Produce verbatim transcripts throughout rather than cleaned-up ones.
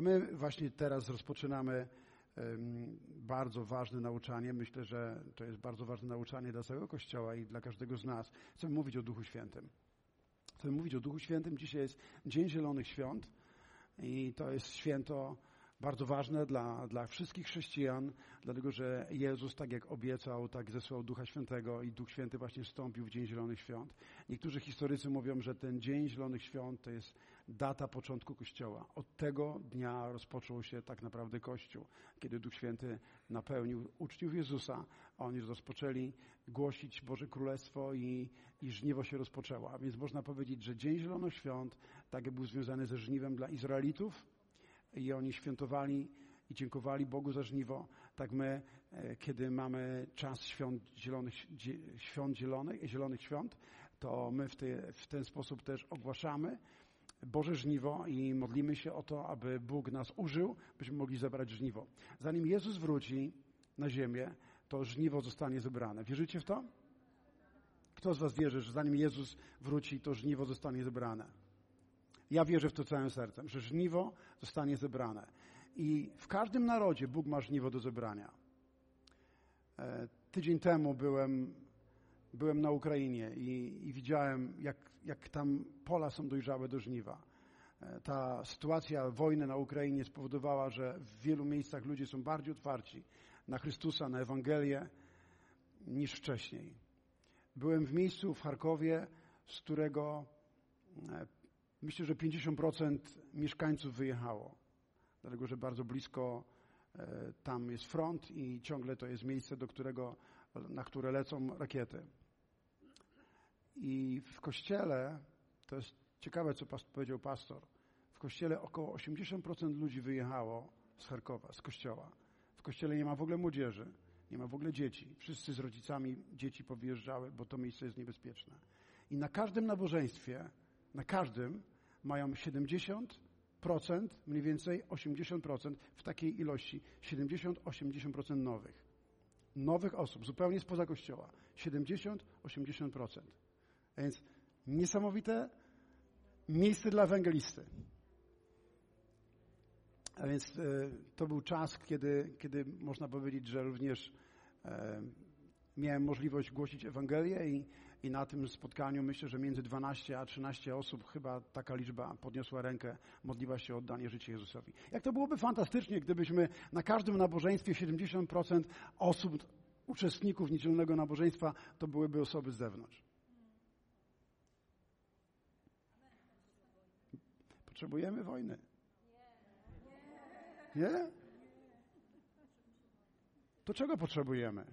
my właśnie teraz rozpoczynamy um, bardzo ważne nauczanie. Myślę, że to jest bardzo ważne nauczanie dla całego Kościoła i dla każdego z nas. Chcemy mówić o Duchu Świętym. Chcemy mówić o Duchu Świętym. Dzisiaj jest Dzień Zielonych Świąt i to jest święto bardzo ważne dla, dla wszystkich chrześcijan, dlatego że Jezus, tak jak obiecał, tak zesłał Ducha Świętego i Duch Święty właśnie wstąpił w Dzień Zielonych Świąt. Niektórzy historycy mówią, że ten Dzień Zielonych Świąt to jest data początku Kościoła. Od tego dnia rozpoczął się tak naprawdę Kościół, kiedy Duch Święty napełnił uczniów Jezusa, a oni rozpoczęli głosić Boże Królestwo i, i żniwo się rozpoczęło. A więc można powiedzieć, że Dzień Zielonych Świąt tak jak był związany ze żniwem dla Izraelitów, i oni świętowali i dziękowali Bogu za żniwo. Tak my, kiedy mamy czas świąt zielonych, świąt zielonych, zielonych świąt, to my w, te, w ten sposób też ogłaszamy Boże żniwo i modlimy się o to, aby Bóg nas użył, byśmy mogli zebrać żniwo. Zanim Jezus wróci na ziemię, to żniwo zostanie zebrane. Wierzycie w to? Kto z was wierzy, że zanim Jezus wróci, to żniwo zostanie zebrane? Ja wierzę w to całym sercem, że żniwo zostanie zebrane. I w każdym narodzie Bóg ma żniwo do zebrania. E, tydzień temu byłem, byłem na Ukrainie i, i widziałem, jak, jak tam pola są dojrzałe do żniwa. E, ta sytuacja wojny na Ukrainie spowodowała, że w wielu miejscach ludzie są bardziej otwarci na Chrystusa, na Ewangelię niż wcześniej. Byłem w miejscu w Charkowie, z którego e, myślę, że pięćdziesiąt procent mieszkańców wyjechało, dlatego że bardzo blisko e, tam jest front i ciągle to jest miejsce, do którego, na które lecą rakiety. I w kościele, to jest ciekawe, co pas, powiedział pastor, w kościele około osiemdziesiąt procent ludzi wyjechało z Charkowa, z kościoła. W kościele nie ma w ogóle młodzieży, nie ma w ogóle dzieci. Wszyscy z rodzicami dzieci powyjeżdżały, bo to miejsce jest niebezpieczne. I na każdym nabożeństwie Na każdym mają siedemdziesiąt procent, mniej więcej osiemdziesiąt procent w takiej ilości, siedemdziesiąt do osiemdziesięciu procent nowych. Nowych osób, zupełnie spoza kościoła. siedemdziesiąt do osiemdziesięciu procent. A więc niesamowite miejsce dla ewangelisty. A więc e, to był czas, kiedy, kiedy można powiedzieć, że również e, miałem możliwość głosić Ewangelię i, i na tym spotkaniu myślę, że między dwanaście a trzynaście osób, chyba taka liczba, podniosła rękę, modliła się o oddanie życia Jezusowi. Jak to byłoby fantastycznie, gdybyśmy na każdym nabożeństwie siedemdziesiąt procent osób, uczestników niedzielnego nabożeństwa, to byłyby osoby z zewnątrz. Potrzebujemy wojny. Nie? To czego potrzebujemy?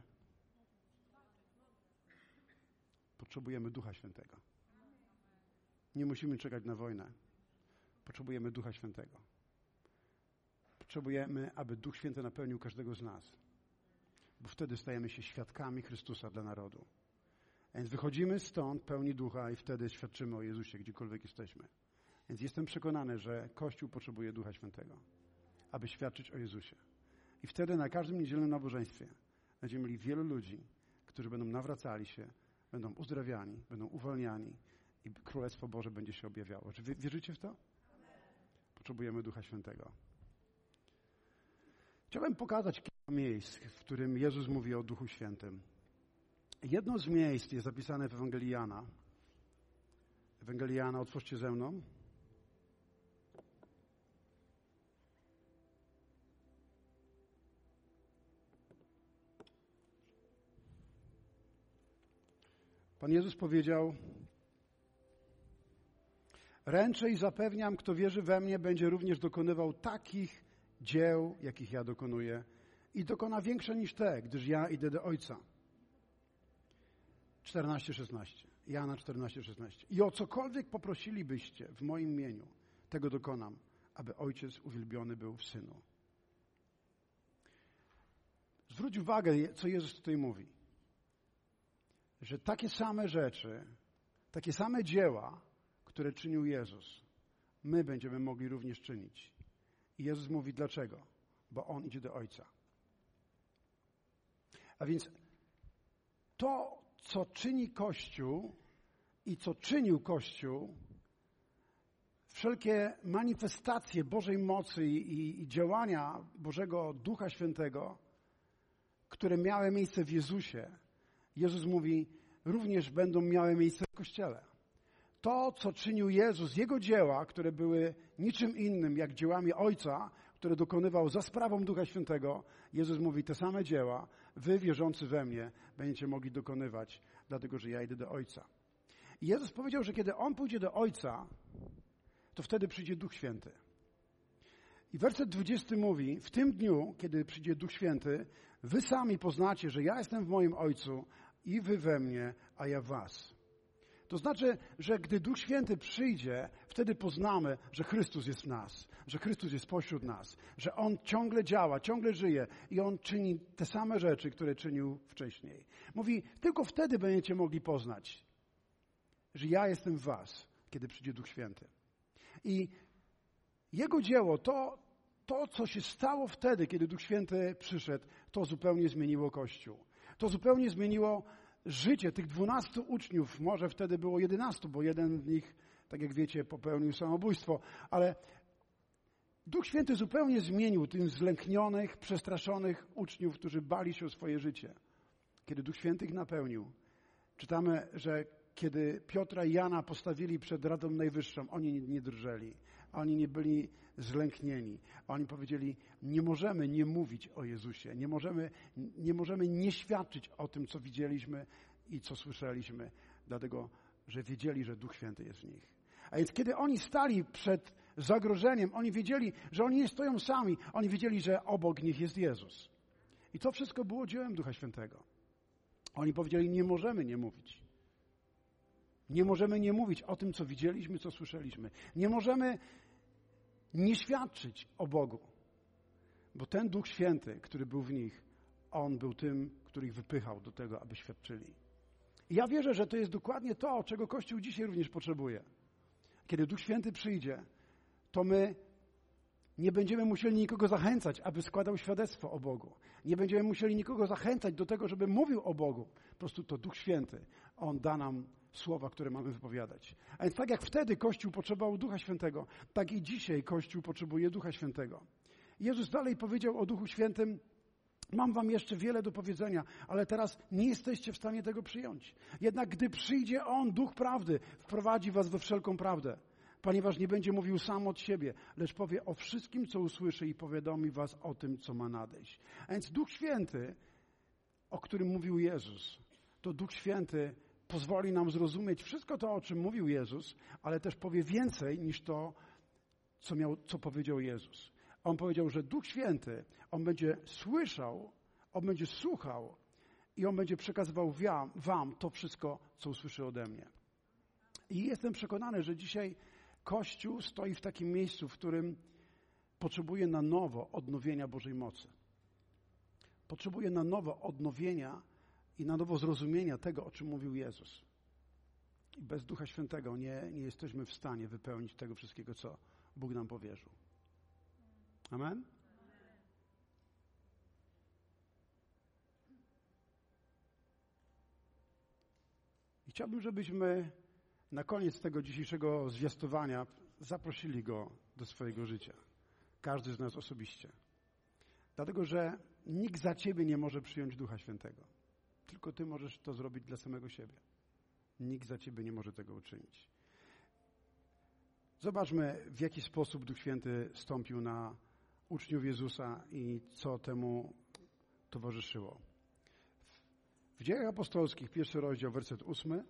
Potrzebujemy Ducha Świętego. Nie musimy czekać na wojnę. Potrzebujemy Ducha Świętego. Potrzebujemy, aby Duch Święty napełnił każdego z nas. Bo wtedy stajemy się świadkami Chrystusa dla narodu. A więc wychodzimy stąd pełni Ducha i wtedy świadczymy o Jezusie, gdziekolwiek jesteśmy. Więc jestem przekonany, że Kościół potrzebuje Ducha Świętego, aby świadczyć o Jezusie. I wtedy na każdym niedzielnym nabożeństwie będziemy mieli wielu ludzi, którzy będą nawracali się, będą uzdrawiani, będą uwalniani i Królestwo Boże będzie się objawiało. Czy wy wierzycie w to? Potrzebujemy Ducha Świętego. Chciałbym pokazać kilka miejsc, w którym Jezus mówi o Duchu Świętym. Jedno z miejsc jest zapisane w Ewangelii Jana. Ewangelii Jana, otwórzcie ze mną. Pan Jezus powiedział: ręczę i zapewniam, kto wierzy we mnie, będzie również dokonywał takich dzieł, jakich ja dokonuję i dokona większe niż te, gdyż ja idę do Ojca. czternaście szesnaście. Jana czternaście szesnaście. I o cokolwiek poprosilibyście w moim imieniu, tego dokonam, aby Ojciec uwielbiony był w Synu. Zwróć uwagę, co Jezus tutaj mówi. Że takie same rzeczy, takie same dzieła, które czynił Jezus, my będziemy mogli również czynić. I Jezus mówi dlaczego? Bo On idzie do Ojca. A więc to, co czyni Kościół i co czynił Kościół wszelkie manifestacje Bożej mocy i, i działania Bożego Ducha Świętego, które miały miejsce w Jezusie, Jezus mówi, również będą miały miejsce w Kościele. To, co czynił Jezus, Jego dzieła, które były niczym innym jak dziełami Ojca, które dokonywał za sprawą Ducha Świętego, Jezus mówi, te same dzieła, wy wierzący we mnie będziecie mogli dokonywać, dlatego że ja idę do Ojca. I Jezus powiedział, że kiedy On pójdzie do Ojca, to wtedy przyjdzie Duch Święty. I werset dwudziesty mówi, w tym dniu, kiedy przyjdzie Duch Święty, wy sami poznacie, że ja jestem w moim Ojcu i wy we mnie, a ja w was. To znaczy, że gdy Duch Święty przyjdzie, wtedy poznamy, że Chrystus jest w nas, że Chrystus jest pośród nas, że On ciągle działa, ciągle żyje i On czyni te same rzeczy, które czynił wcześniej. Mówi, tylko wtedy będziecie mogli poznać, że ja jestem w was, kiedy przyjdzie Duch Święty. I Jego dzieło, to, to, co się stało wtedy, kiedy Duch Święty przyszedł, to zupełnie zmieniło Kościół. To zupełnie zmieniło życie tych dwunastu uczniów, może wtedy było jedenastu, bo jeden z nich, tak jak wiecie, popełnił samobójstwo, ale Duch Święty zupełnie zmienił tych zlęknionych, przestraszonych uczniów, którzy bali się o swoje życie. Kiedy Duch Święty ich napełnił, czytamy, że kiedy Piotra i Jana postawili przed Radą Najwyższą, oni nie drżeli, oni nie byli zlęknieni. Oni powiedzieli, nie możemy nie mówić o Jezusie, nie możemy, nie możemy nie świadczyć o tym, co widzieliśmy i co słyszeliśmy, dlatego, że wiedzieli, że Duch Święty jest w nich. A więc kiedy oni stali przed zagrożeniem, oni wiedzieli, że oni nie stoją sami, oni wiedzieli, że obok nich jest Jezus. I to wszystko było dziełem Ducha Świętego. Oni powiedzieli, nie możemy nie mówić. Nie możemy nie mówić o tym, co widzieliśmy, co słyszeliśmy. Nie możemy nie świadczyć o Bogu. Bo ten Duch Święty, który był w nich, On był tym, który ich wypychał do tego, aby świadczyli. I ja wierzę, że to jest dokładnie to, czego Kościół dzisiaj również potrzebuje. Kiedy Duch Święty przyjdzie, to my nie będziemy musieli nikogo zachęcać, aby składał świadectwo o Bogu. Nie będziemy musieli nikogo zachęcać do tego, żeby mówił o Bogu. Po prostu to Duch Święty. On da nam słowa, które mamy wypowiadać. A więc tak jak wtedy Kościół potrzebował Ducha Świętego, tak i dzisiaj Kościół potrzebuje Ducha Świętego. Jezus dalej powiedział o Duchu Świętym, mam wam jeszcze wiele do powiedzenia, ale teraz nie jesteście w stanie tego przyjąć. Jednak gdy przyjdzie On, Duch Prawdy, wprowadzi was we wszelką prawdę, ponieważ nie będzie mówił sam od siebie, lecz powie o wszystkim, co usłyszy i powiadomi was o tym, co ma nadejść. A więc Duch Święty, o którym mówił Jezus, to Duch Święty pozwoli nam zrozumieć wszystko to, o czym mówił Jezus, ale też powie więcej niż to, co, miał, co powiedział Jezus. On powiedział, że Duch Święty, On będzie słyszał, On będzie słuchał i On będzie przekazywał wam, wam to wszystko, co usłyszy ode mnie. I jestem przekonany, że dzisiaj Kościół stoi w takim miejscu, w którym potrzebuje na nowo odnowienia Bożej mocy. Potrzebuje na nowo odnowienia i na nowo zrozumienia tego, o czym mówił Jezus. I bez Ducha Świętego nie, nie jesteśmy w stanie wypełnić tego wszystkiego, co Bóg nam powierzył. Amen? I chciałbym, żebyśmy na koniec tego dzisiejszego zwiastowania zaprosili Go do swojego życia. Każdy z nas osobiście. Dlatego, że nikt za ciebie nie może przyjąć Ducha Świętego. Tylko ty możesz to zrobić dla samego siebie. Nikt za ciebie nie może tego uczynić. Zobaczmy, w jaki sposób Duch Święty stąpił na uczniów Jezusa i co temu towarzyszyło. W Dziejach Apostolskich, pierwszy rozdział, werset ósmy.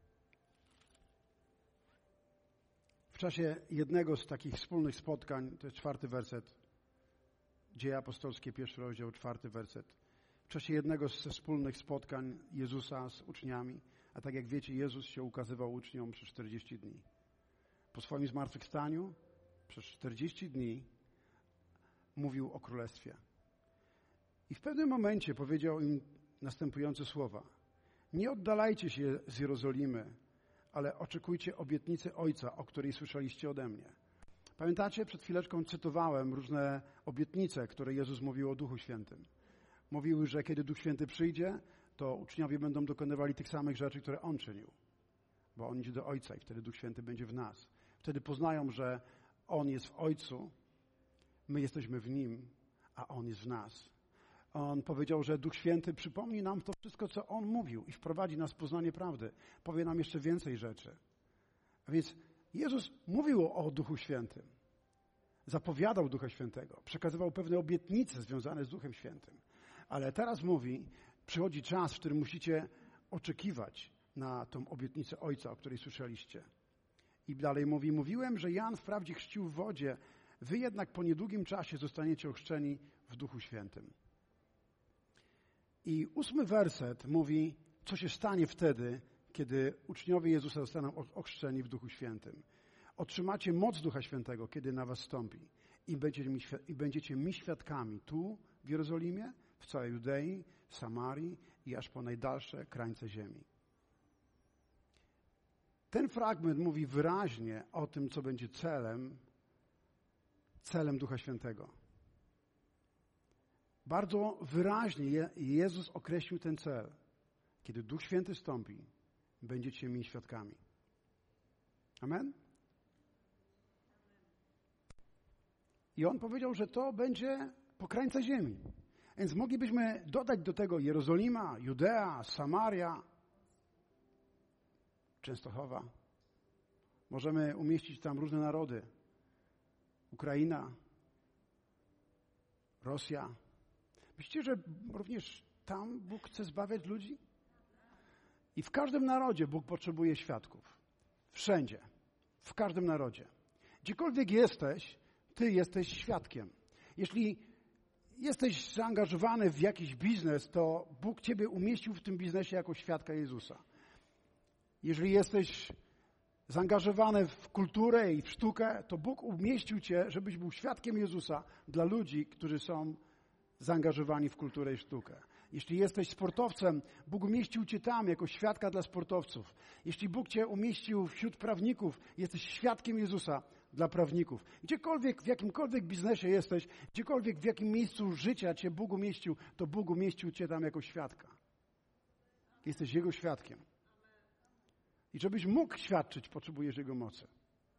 W czasie jednego z takich wspólnych spotkań, to jest czwarty werset, Dzieje Apostolskie, pierwszy rozdział, czwarty werset. W czasie jednego ze wspólnych spotkań Jezusa z uczniami, a tak jak wiecie, Jezus się ukazywał uczniom przez czterdzieści dni. Po swoim zmartwychwstaniu przez czterdzieści dni mówił o Królestwie. I w pewnym momencie powiedział im następujące słowa. Nie oddalajcie się z Jerozolimy, ale oczekujcie obietnicy Ojca, o której słyszeliście ode mnie. Pamiętacie, przed chwileczką cytowałem różne obietnice, które Jezus mówił o Duchu Świętym. Mówił, że kiedy Duch Święty przyjdzie, to uczniowie będą dokonywali tych samych rzeczy, które On czynił. Bo On idzie do Ojca i wtedy Duch Święty będzie w nas. Wtedy poznają, że On jest w Ojcu, my jesteśmy w Nim, a On jest w nas. On powiedział, że Duch Święty przypomni nam to wszystko, co On mówił i wprowadzi nas w poznanie prawdy. Powie nam jeszcze więcej rzeczy. A więc Jezus mówił o Duchu Świętym. Zapowiadał Ducha Świętego. Przekazywał pewne obietnice związane z Duchem Świętym. Ale teraz mówi, przychodzi czas, w którym musicie oczekiwać na tą obietnicę Ojca, o której słyszeliście. I dalej mówi, mówiłem, że Jan wprawdzie chrzcił w wodzie, wy jednak po niedługim czasie zostaniecie ochrzczeni w Duchu Świętym. I ósmy werset mówi, co się stanie wtedy, kiedy uczniowie Jezusa zostaną ochrzczeni w Duchu Świętym. Otrzymacie moc Ducha Świętego, kiedy na was stąpi i będziecie mi, i będziecie mi świadkami tu w Jerozolimie, w całej Judei, Samarii i aż po najdalsze krańce ziemi. Ten fragment mówi wyraźnie o tym, co będzie celem, celem Ducha Świętego. Bardzo wyraźnie Jezus określił ten cel. Kiedy Duch Święty stąpi, będziecie mi świadkami. Amen? I On powiedział, że to będzie po krańce ziemi. Więc moglibyśmy dodać do tego Jerozolima, Judea, Samaria, Częstochowa. Możemy umieścić tam różne narody. Ukraina, Rosja. Myślicie, że również tam Bóg chce zbawiać ludzi? I w każdym narodzie Bóg potrzebuje świadków. Wszędzie. W każdym narodzie. Gdziekolwiek jesteś, ty jesteś świadkiem. Jeśli jesteś zaangażowany w jakiś biznes, to Bóg ciebie umieścił w tym biznesie jako świadka Jezusa. Jeżeli jesteś zaangażowany w kulturę i w sztukę, to Bóg umieścił cię, żebyś był świadkiem Jezusa dla ludzi, którzy są zaangażowani w kulturę i sztukę. Jeśli jesteś sportowcem, Bóg umieścił cię tam jako świadka dla sportowców. Jeśli Bóg cię umieścił wśród prawników, jesteś świadkiem Jezusa dla prawników. Gdziekolwiek, w jakimkolwiek biznesie jesteś, gdziekolwiek w jakim miejscu życia cię Bóg umieścił, to Bóg umieścił cię tam jako świadka. Jesteś Jego świadkiem. I żebyś mógł świadczyć, potrzebujesz Jego mocy.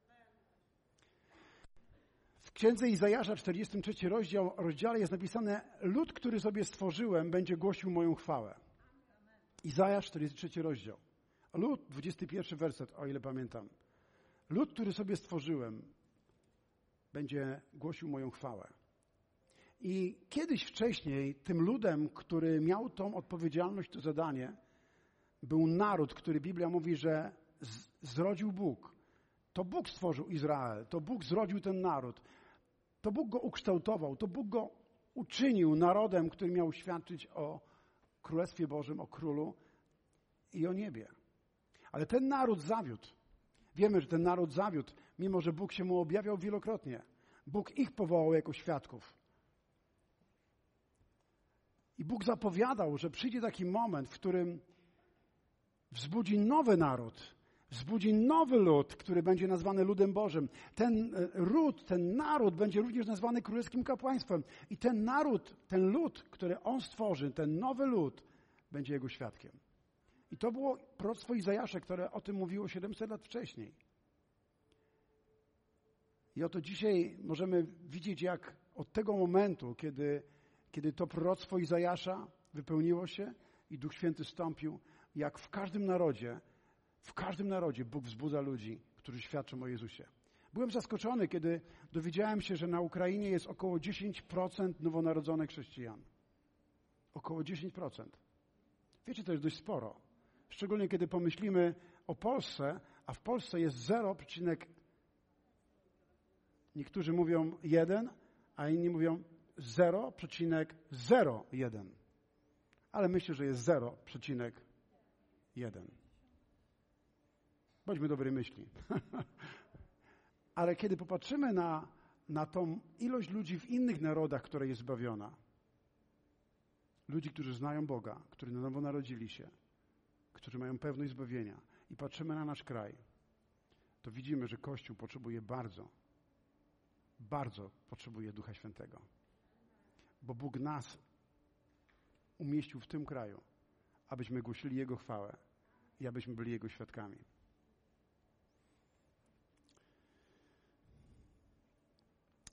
W księdze Izajasza, czterdziestym trzecim rozdział, rozdziale jest napisane: lud, który sobie stworzyłem, będzie głosił moją chwałę. Izajasz, czterdziesty trzeci rozdział. Lud, dwudziesty pierwszy werset, o ile pamiętam. Lud, który sobie stworzyłem, będzie głosił moją chwałę. I kiedyś wcześniej tym ludem, który miał tą odpowiedzialność, to zadanie, był naród, który Biblia mówi, że z- zrodził Bóg. To Bóg stworzył Izrael, to Bóg zrodził ten naród, to Bóg go ukształtował, to Bóg go uczynił narodem, który miał świadczyć o Królestwie Bożym, o Królu i o niebie. Ale ten naród zawiódł. Wiemy, że ten naród zawiódł, mimo że Bóg się mu objawiał wielokrotnie. Bóg ich powołał jako świadków. I Bóg zapowiadał, że przyjdzie taki moment, w którym wzbudzi nowy naród, wzbudzi nowy lud, który będzie nazwany ludem Bożym. Ten ród, ten naród będzie również nazwany królewskim kapłaństwem. I ten naród, ten lud, który On stworzy, ten nowy lud, będzie Jego świadkiem. I to było proroctwo Izajasza, które o tym mówiło siedemset lat wcześniej. I oto dzisiaj możemy widzieć, jak od tego momentu, kiedy, kiedy to proroctwo Izajasza wypełniło się i Duch Święty stąpił, jak w każdym narodzie, w każdym narodzie Bóg wzbudza ludzi, którzy świadczą o Jezusie. Byłem zaskoczony, kiedy dowiedziałem się, że na Ukrainie jest około dziesięć procent nowonarodzonych chrześcijan. Około dziesięć procent. Wiecie, to jest dość sporo. Szczególnie kiedy pomyślimy o Polsce, a w Polsce jest zero, niektórzy mówią jeden, a inni mówią zero przecinek zero jeden. Ale myślę, że jest zero przecinek jeden. Bądźmy dobrej myśli. Ale kiedy popatrzymy na, na tą ilość ludzi w innych narodach, która jest zbawiona, ludzi, którzy znają Boga, którzy na nowo narodzili się, którzy mają pewność zbawienia, i patrzymy na nasz kraj, to widzimy, że Kościół potrzebuje bardzo, bardzo potrzebuje Ducha Świętego. Bo Bóg nas umieścił w tym kraju, abyśmy głosili Jego chwałę i abyśmy byli Jego świadkami.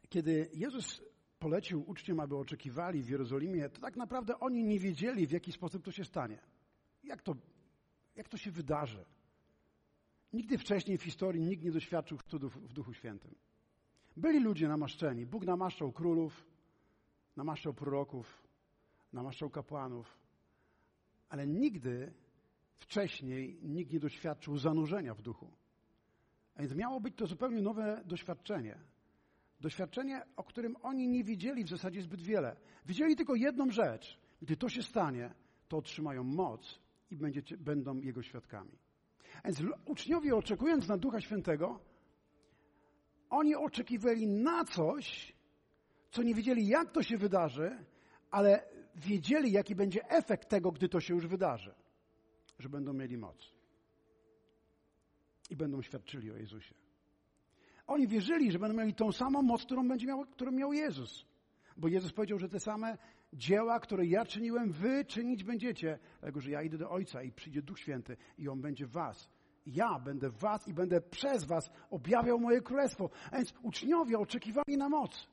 Kiedy Jezus polecił uczniom, aby oczekiwali w Jerozolimie, to tak naprawdę oni nie wiedzieli, w jaki sposób to się stanie. Jak to, jak to się wydarzy. Nigdy wcześniej w historii nikt nie doświadczył cudów w Duchu Świętym. Byli ludzie namaszczeni. Bóg namaszczał królów, namaszczał proroków, namaszczał kapłanów, ale nigdy wcześniej nikt nie doświadczył zanurzenia w duchu. A więc miało być to zupełnie nowe doświadczenie. Doświadczenie, o którym oni nie wiedzieli w zasadzie zbyt wiele. Wiedzieli tylko jedną rzecz. Gdy to się stanie, to otrzymają moc i będziecie, będą Jego świadkami. A więc uczniowie, oczekując na Ducha Świętego, oni oczekiwali na coś, co nie wiedzieli, jak to się wydarzy, ale wiedzieli, jaki będzie efekt tego, gdy to się już wydarzy. Że będą mieli moc. I będą świadczyli o Jezusie. Oni wierzyli, że będą mieli tą samą moc, którą, będzie miał, którą miał Jezus. Bo Jezus powiedział, że te same dzieła, które ja czyniłem, wy czynić będziecie. Dlatego, że ja idę do Ojca i przyjdzie Duch Święty i On będzie w was. Ja będę w was i będę przez was objawiał moje królestwo. A więc uczniowie oczekiwali na moc.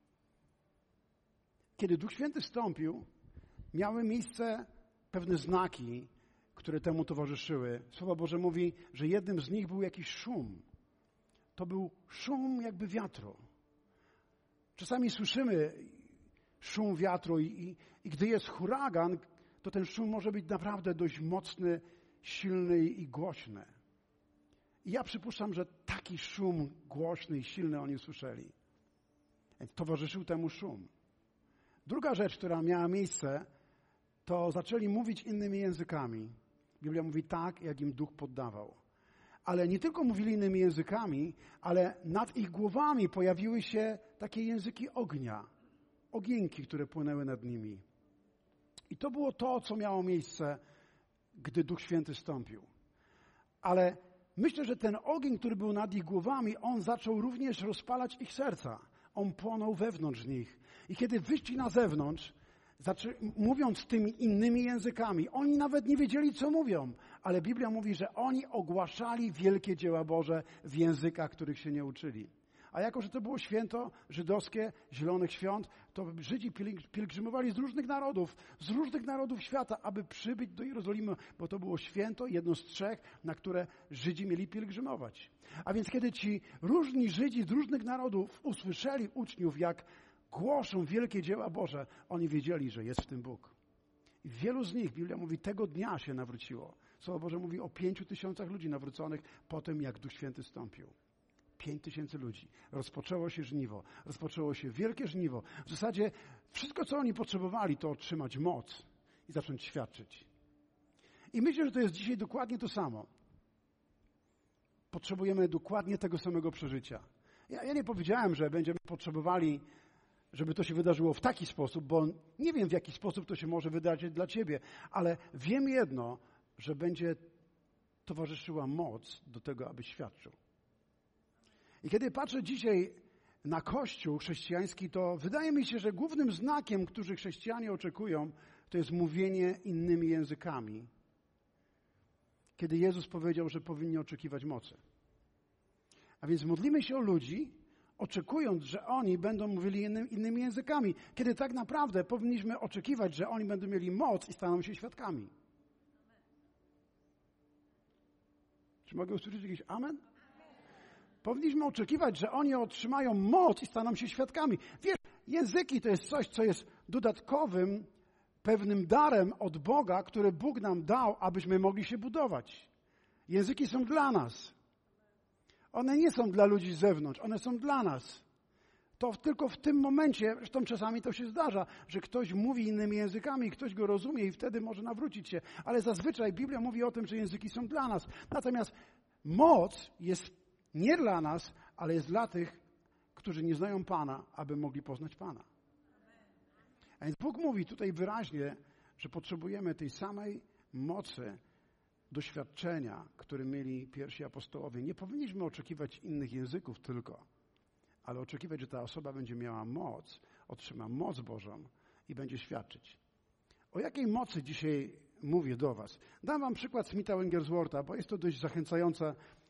Kiedy Duch Święty wstąpił, miały miejsce pewne znaki, które temu towarzyszyły. Słowo Boże mówi, że jednym z nich był jakiś szum. To był szum jakby wiatru. Czasami słyszymy szum wiatru i, i, i gdy jest huragan, to ten szum może być naprawdę dość mocny, silny i głośny. I ja przypuszczam, że taki szum głośny i silny oni słyszeli. Towarzyszył temu szum. Druga rzecz, która miała miejsce, to zaczęli mówić innymi językami. Biblia mówi tak, jak im Duch poddawał. Ale nie tylko mówili innymi językami, ale nad ich głowami pojawiły się takie języki ognia. Ogienki, które płynęły nad nimi. I to było to, co miało miejsce, gdy Duch Święty stąpił. Ale myślę, że ten ogień, który był nad ich głowami, on zaczął również rozpalać ich serca. On płonął wewnątrz nich. I kiedy wyszli na zewnątrz, zaczę... mówiąc tymi innymi językami, oni nawet nie wiedzieli, co mówią, ale Biblia mówi, że oni ogłaszali wielkie dzieła Boże w językach, których się nie uczyli. A jako, że to było święto żydowskie, Zielonych Świąt, to Żydzi pielgrzymowali z różnych narodów, z różnych narodów świata, aby przybyć do Jerozolimy, bo to było święto, jedno z trzech, na które Żydzi mieli pielgrzymować. A więc kiedy ci różni Żydzi z różnych narodów usłyszeli uczniów, jak głoszą wielkie dzieła Boże, oni wiedzieli, że jest w tym Bóg. I wielu z nich, Biblia mówi, tego dnia się nawróciło. Słowo Boże mówi o pięciu tysiącach ludzi nawróconych po tym, jak Duch Święty stąpił. Pięć tysięcy ludzi. Rozpoczęło się żniwo. Rozpoczęło się wielkie żniwo. W zasadzie wszystko, co oni potrzebowali, to otrzymać moc i zacząć świadczyć. I myślę, że to jest dzisiaj dokładnie to samo. Potrzebujemy dokładnie tego samego przeżycia. Ja, ja nie powiedziałem, że będziemy potrzebowali, żeby to się wydarzyło w taki sposób, bo nie wiem, w jaki sposób to się może wydarzyć dla ciebie, ale wiem jedno, że będzie towarzyszyła moc do tego, aby świadczył. I kiedy patrzę dzisiaj na Kościół chrześcijański, to wydaje mi się, że głównym znakiem, który chrześcijanie oczekują, to jest mówienie innymi językami. Kiedy Jezus powiedział, że powinni oczekiwać mocy. A więc modlimy się o ludzi, oczekując, że oni będą mówili innym, innymi językami. Kiedy tak naprawdę powinniśmy oczekiwać, że oni będą mieli moc i staną się świadkami. Czy mogę usłyszeć jakiś amen? Powinniśmy oczekiwać, że oni otrzymają moc i staną się świadkami. Wiesz, języki to jest coś, co jest dodatkowym, pewnym darem od Boga, który Bóg nam dał, abyśmy mogli się budować. Języki są dla nas. One nie są dla ludzi z zewnątrz, one są dla nas. To tylko w tym momencie, zresztą czasami to się zdarza, że ktoś mówi innymi językami, ktoś go rozumie i wtedy może nawrócić się. Ale zazwyczaj Biblia mówi o tym, że języki są dla nas. Natomiast moc jest nie dla nas, ale jest dla tych, którzy nie znają Pana, aby mogli poznać Pana. A więc Bóg mówi tutaj wyraźnie, że potrzebujemy tej samej mocy, doświadczenia, które mieli pierwsi apostołowie. Nie powinniśmy oczekiwać innych języków tylko, ale oczekiwać, że ta osoba będzie miała moc, otrzyma moc Bożą i będzie świadczyć. O jakiej mocy dzisiaj mówię do was? Dam wam przykład Smitha Wiggleswortha, bo jest to dość zachęcająca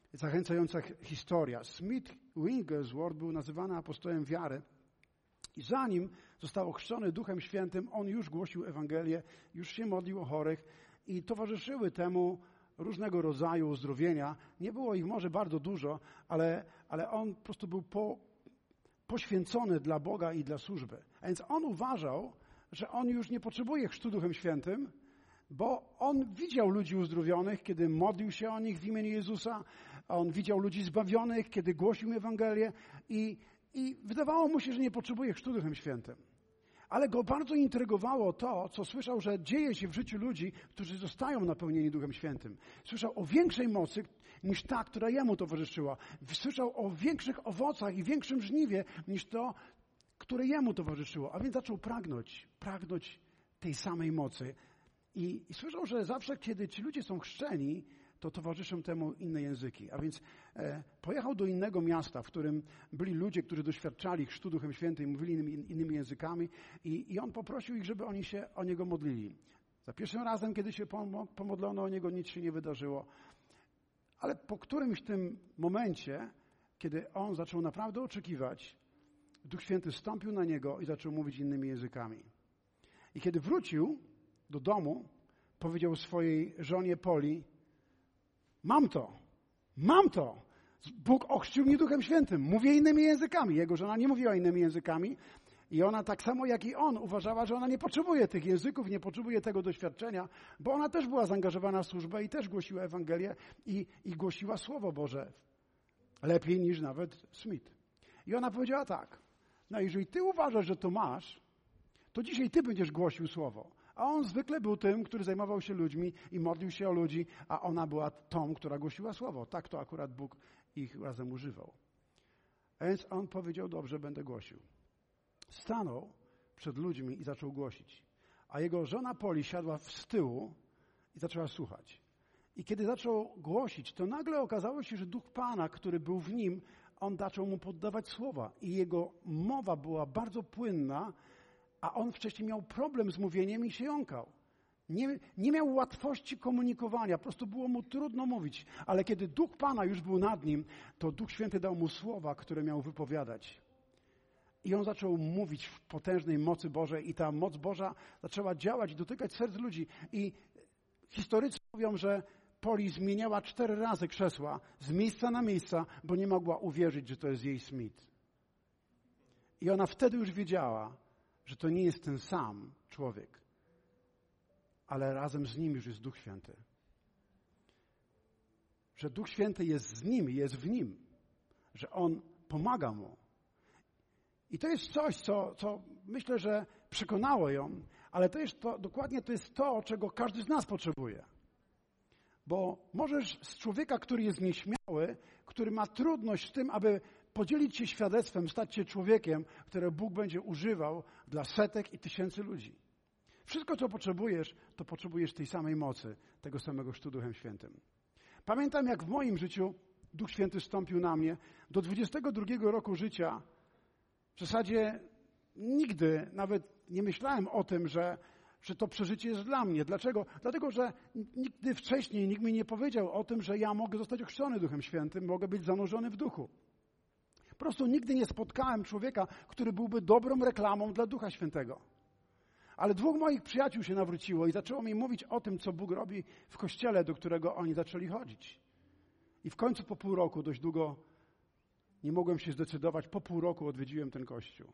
zachęcająca historia. Smith Wigglesworth był nazywany apostołem wiary i zanim został ochrzczony Duchem Świętym, on już głosił Ewangelię, już się modlił o chorych i towarzyszyły temu różnego rodzaju uzdrowienia. Nie było ich może bardzo dużo, ale, ale on po prostu był po, poświęcony dla Boga i dla służby. A więc on uważał, że on już nie potrzebuje chrztu Duchem Świętym, bo on widział ludzi uzdrowionych, kiedy modlił się o nich w imieniu Jezusa. On widział ludzi zbawionych, kiedy głosił Ewangelię i, i wydawało mu się, że nie potrzebuje chrztu Duchem Świętym. Ale go bardzo intrygowało to, co słyszał, że dzieje się w życiu ludzi, którzy zostają napełnieni Duchem Świętym. Słyszał o większej mocy niż ta, która jemu towarzyszyła. Słyszał o większych owocach i większym żniwie niż to, które jemu towarzyszyło. A więc zaczął pragnąć, pragnąć tej samej mocy. I, i słyszał, że zawsze, kiedy ci ludzie są chrzczeni, to towarzyszą temu inne języki. A więc e, pojechał do innego miasta, w którym byli ludzie, którzy doświadczali chrztu Duchem Świętym i mówili innymi, innymi językami i, i on poprosił ich, żeby oni się o niego modlili. Za pierwszym razem, kiedy się pomodlono o niego, nic się nie wydarzyło. Ale po którymś tym momencie, kiedy on zaczął naprawdę oczekiwać, Duch Święty stąpił na niego i zaczął mówić innymi językami. I kiedy wrócił do domu, powiedział swojej żonie Poli: mam to, mam to. Bóg ochrzcił mnie Duchem Świętym. Mówię innymi językami. Jego żona nie mówiła innymi językami i ona tak samo jak i on uważała, że ona nie potrzebuje tych języków, nie potrzebuje tego doświadczenia, bo ona też była zaangażowana w służbę i też głosiła Ewangelię i, i głosiła Słowo Boże lepiej niż nawet Smith. I ona powiedziała tak: no jeżeli ty uważasz, że to masz, to dzisiaj ty będziesz głosił Słowo. A on zwykle był tym, który zajmował się ludźmi i modlił się o ludzi, a ona była tą, która głosiła Słowo. Tak to akurat Bóg ich razem używał. A więc on powiedział: dobrze, będę głosił. Stanął przed ludźmi i zaczął głosić. A jego żona Poli siadła z tyłu i zaczęła słuchać. I kiedy zaczął głosić, to nagle okazało się, że Duch Pana, który był w nim, on zaczął mu poddawać słowa. I jego mowa była bardzo płynna, a on wcześniej miał problem z mówieniem i się jąkał. Nie, nie miał łatwości komunikowania, po prostu było mu trudno mówić. Ale kiedy Duch Pana już był nad nim, to Duch Święty dał mu słowa, które miał wypowiadać. I on zaczął mówić w potężnej mocy Bożej i ta moc Boża zaczęła działać i dotykać serc ludzi. I historycy mówią, że Poli zmieniała cztery razy krzesła z miejsca na miejsca, bo nie mogła uwierzyć, że to jest jej Smith. I ona wtedy już wiedziała, że to nie jest ten sam człowiek, ale razem z nim już jest Duch Święty. Że Duch Święty jest z nim i jest w nim. Że On pomaga mu. I to jest coś, co, co myślę, że przekonało ją, ale to jest to, dokładnie to jest to, czego każdy z nas potrzebuje. Bo możesz z człowieka, który jest nieśmiały, który ma trudność z tym, aby podzielić się świadectwem, stać się człowiekiem, które Bóg będzie używał dla setek i tysięcy ludzi. Wszystko, co potrzebujesz, to potrzebujesz tej samej mocy, tego samego chrztu Duchem Świętym. Pamiętam, jak w moim życiu Duch Święty stąpił na mnie. Do dwudziestego drugiego roku życia w zasadzie nigdy nawet nie myślałem o tym, że, że to przeżycie jest dla mnie. Dlaczego? Dlatego, że nigdy wcześniej nikt mi nie powiedział o tym, że ja mogę zostać ochrzczony Duchem Świętym, mogę być zanurzony w duchu. Po prostu nigdy nie spotkałem człowieka, który byłby dobrą reklamą dla Ducha Świętego. Ale dwóch moich przyjaciół się nawróciło i zaczęło mi mówić o tym, co Bóg robi w kościele, do którego oni zaczęli chodzić. I w końcu po pół roku, dość długo nie mogłem się zdecydować, po pół roku odwiedziłem ten kościół.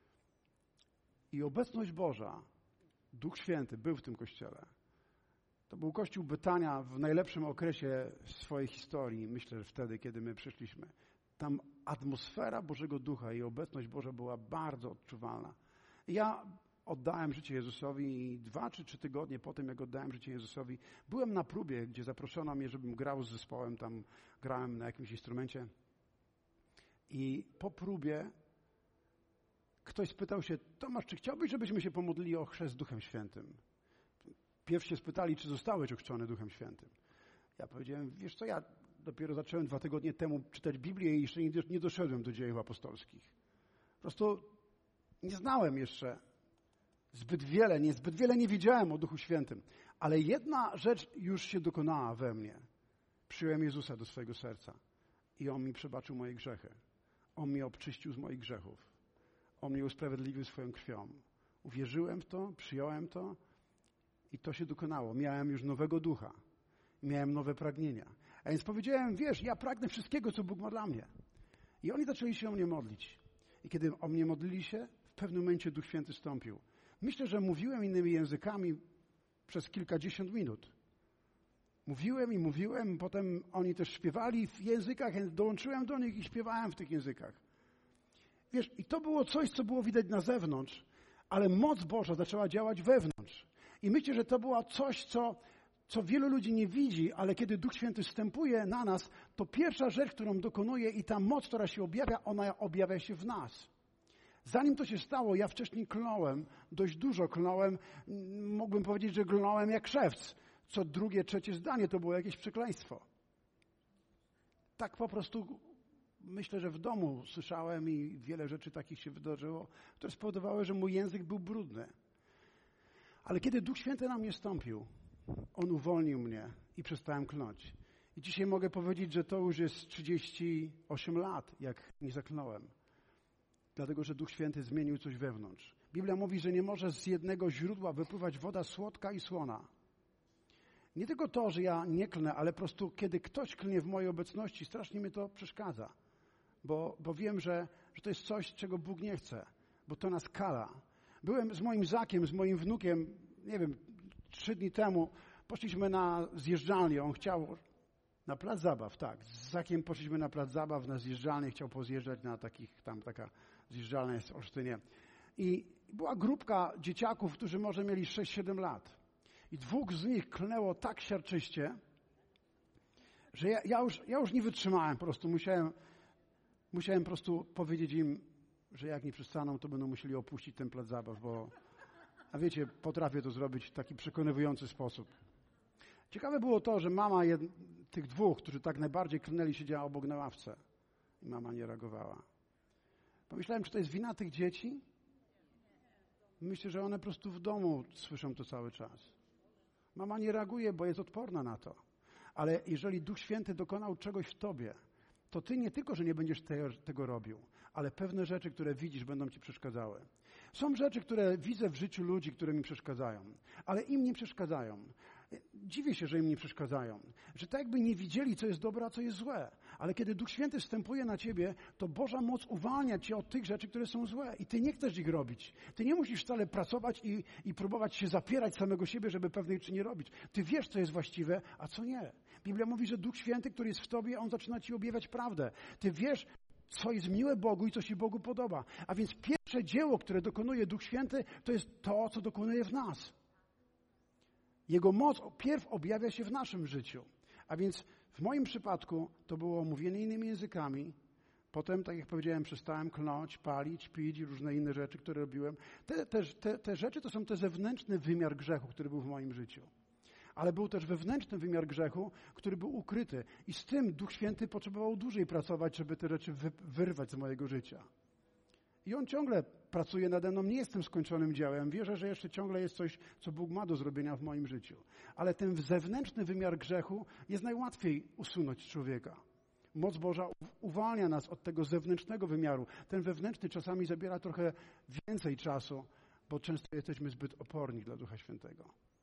I obecność Boża, Duch Święty był w tym kościele. To był kościół Betania w najlepszym okresie swojej historii, myślę, że wtedy, kiedy my przyszliśmy. Tam atmosfera Bożego Ducha i obecność Boża była bardzo odczuwalna. I ja oddałem życie Jezusowi i dwa czy trzy tygodnie po tym, jak oddałem życie Jezusowi, byłem na próbie, gdzie zaproszono mnie, żebym grał z zespołem, tam grałem na jakimś instrumencie. I po próbie ktoś spytał się: Tomasz, czy chciałbyś, żebyśmy się pomodlili o chrzest Duchem Świętym? Pierw się spytali, czy zostałeś ochrzczony Duchem Świętym. Ja powiedziałem: wiesz co, ja dopiero zacząłem dwa tygodnie temu czytać Biblię i jeszcze nie doszedłem do dziejów apostolskich. Po prostu nie znałem jeszcze zbyt wiele, nie, zbyt wiele nie wiedziałem o Duchu Świętym. Ale jedna rzecz już się dokonała we mnie. przyjąłem Jezusa do swojego serca i On mi przebaczył moje grzechy. On mnie obczyścił z moich grzechów. On mnie usprawiedliwił swoją krwią. Uwierzyłem w to, przyjąłem to i to się dokonało. Miałem już nowego ducha. Miałem nowe pragnienia. A więc powiedziałem, wiesz, ja pragnę wszystkiego, co Bóg ma dla mnie. I oni zaczęli się o mnie modlić. I kiedy o mnie modlili się, w pewnym momencie Duch Święty stąpił. Myślę, że mówiłem innymi językami przez kilkadziesiąt minut. Mówiłem i mówiłem, potem oni też śpiewali w językach, więc dołączyłem do nich i śpiewałem w tych językach. Wiesz, i to było coś, co było widać na zewnątrz, ale moc Boża zaczęła działać wewnątrz. I myślę, że to było coś, co, co wielu ludzi nie widzi, ale kiedy Duch Święty wstępuje na nas, to pierwsza rzecz, którą dokonuje i ta moc, która się objawia, ona objawia się w nas. Zanim to się stało, ja wcześniej klnąłem, dość dużo klnąłem, mógłbym powiedzieć, że klnąłem jak szewc. Co drugie, trzecie zdanie to było jakieś przekleństwo. Tak po prostu myślę, że w domu słyszałem i wiele rzeczy takich się wydarzyło, które spowodowały, że mój język był brudny. Ale kiedy Duch Święty na mnie stąpił, On uwolnił mnie i przestałem klnąć. I dzisiaj mogę powiedzieć, że to już jest trzydzieści osiem lat, jak nie zaklnąłem. Dlatego, że Duch Święty zmienił coś wewnątrz. Biblia mówi, że nie może z jednego źródła wypływać woda słodka i słona. Nie tylko to, że ja nie klnę, ale po prostu kiedy ktoś klnie w mojej obecności, strasznie mi to przeszkadza. Bo, bo wiem, że, że to jest coś, czego Bóg nie chce, bo to nas kala. Byłem z moim Zakiem, z moim wnukiem, nie wiem, trzy dni temu, poszliśmy na zjeżdżalnię. On chciał na plac zabaw, tak. Z Zakiem poszliśmy na plac zabaw, na zjeżdżalnię, chciał pozjeżdżać na takich, tam taka zjeżdżalnia jest w Olsztynie. I była grupka dzieciaków, którzy może mieli sześć siedem lat. I dwóch z nich klnęło tak siarczyście, że ja, ja, już, ja już nie wytrzymałem. Po prostu musiałem, musiałem po prostu powiedzieć im, że jak nie przestaną, to będą musieli opuścić ten plac zabaw, bo, a wiecie, potrafię to zrobić w taki przekonywujący sposób. Ciekawe było to, że mama jed... tych dwóch, którzy tak najbardziej klnęli, siedziała obok na ławce i mama nie reagowała. Pomyślałem, czy to jest wina tych dzieci? Myślę, że one po prostu w domu słyszą to cały czas. Mama nie reaguje, bo jest odporna na to. Ale jeżeli Duch Święty dokonał czegoś w tobie, to ty nie tylko, że nie będziesz te, tego robił, ale pewne rzeczy, które widzisz, będą ci przeszkadzały. Są rzeczy, które widzę w życiu ludzi, które mi przeszkadzają, ale im nie przeszkadzają. Dziwię się, że im nie przeszkadzają. Że tak jakby nie widzieli, co jest dobre, a co jest złe. Ale kiedy Duch Święty wstępuje na ciebie, to Boża moc uwalnia cię od tych rzeczy, które są złe. I ty nie chcesz ich robić. Ty nie musisz wcale pracować i, i próbować się zapierać samego siebie, żeby pewnych rzeczy nie robić. Ty wiesz, co jest właściwe, a co nie. Biblia mówi, że Duch Święty, który jest w tobie, On zaczyna ci objawiać prawdę. Ty wiesz, co jest miłe Bogu i co się Bogu podoba. A więc pierwsze dzieło, które dokonuje Duch Święty, to jest to, co dokonuje w nas. Jego moc pierw objawia się w naszym życiu. A więc w moim przypadku to było mówienie innymi językami. Potem, tak jak powiedziałem, przestałem klnąć, palić, pić i różne inne rzeczy, które robiłem. Te, te, te, te rzeczy to są ten zewnętrzny wymiar grzechu, który był w moim życiu. Ale był też wewnętrzny wymiar grzechu, który był ukryty. I z tym Duch Święty potrzebował dłużej pracować, żeby te rzeczy wy, wyrwać z mojego życia. I On ciągle pracuje nade mną. Nie jestem skończonym dziełem. Wierzę, że jeszcze ciągle jest coś, co Bóg ma do zrobienia w moim życiu. Ale ten zewnętrzny wymiar grzechu jest najłatwiej usunąć z człowieka. Moc Boża uwalnia nas od tego zewnętrznego wymiaru. Ten wewnętrzny czasami zabiera trochę więcej czasu, bo często jesteśmy zbyt oporni dla Ducha Świętego.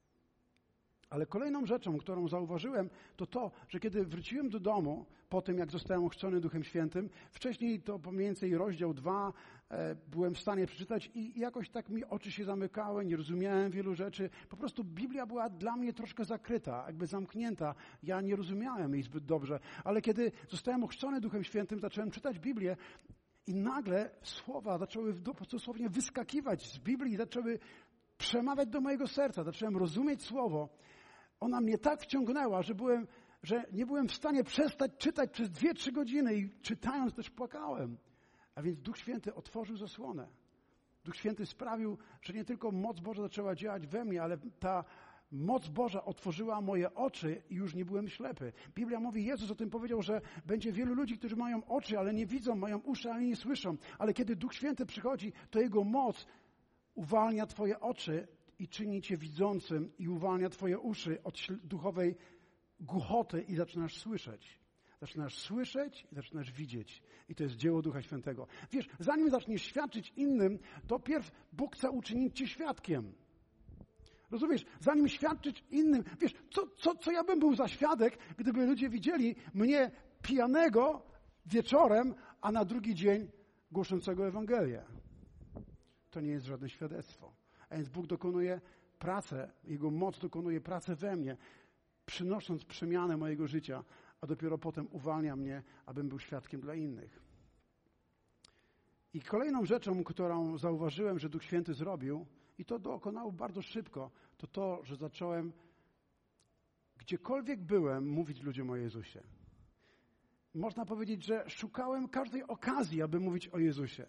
Ale kolejną rzeczą, którą zauważyłem, to to, że kiedy wróciłem do domu, po tym jak zostałem ochrzczony Duchem Świętym, wcześniej to mniej więcej rozdział dwa e, byłem w stanie przeczytać i jakoś tak mi oczy się zamykały, nie rozumiałem wielu rzeczy. Po prostu Biblia była dla mnie troszkę zakryta, jakby zamknięta. Ja nie rozumiałem jej zbyt dobrze. Ale kiedy zostałem ochrzczony Duchem Świętym, zacząłem czytać Biblię i nagle słowa zaczęły dosłownie wyskakiwać z Biblii i zaczęły przemawiać do mojego serca. Zacząłem rozumieć Słowo. Ona mnie tak wciągnęła, że, byłem, że nie byłem w stanie przestać czytać przez dwie, trzy godziny i czytając też płakałem. A więc Duch Święty otworzył zasłonę. Duch Święty sprawił, że nie tylko moc Boża zaczęła działać we mnie, ale ta moc Boża otworzyła moje oczy i już nie byłem ślepy. Biblia mówi, Jezus o tym powiedział, że będzie wielu ludzi, którzy mają oczy, ale nie widzą, mają uszy, ale nie słyszą. Ale kiedy Duch Święty przychodzi, to Jego moc uwalnia twoje oczy i czyni cię widzącym i uwalnia twoje uszy od duchowej głuchotę i zaczynasz słyszeć. Zaczynasz słyszeć i zaczynasz widzieć. I to jest dzieło Ducha Świętego. Wiesz, zanim zaczniesz świadczyć innym, to pierw Bóg chce uczynić cię świadkiem. Rozumiesz? Zanim świadczyć innym, wiesz, co, co, co ja bym był za świadek, gdyby ludzie widzieli mnie pijanego wieczorem, a na drugi dzień głoszącego Ewangelię. To nie jest żadne świadectwo. A więc Bóg dokonuje pracę, Jego moc dokonuje pracę we mnie, przynosząc przemianę mojego życia, a dopiero potem uwalnia mnie, abym był świadkiem dla innych. I kolejną rzeczą, którą zauważyłem, że Duch Święty zrobił, i to dokonał bardzo szybko, to to, że zacząłem gdziekolwiek byłem mówić ludziom o Jezusie. Można powiedzieć, że szukałem każdej okazji, aby mówić o Jezusie.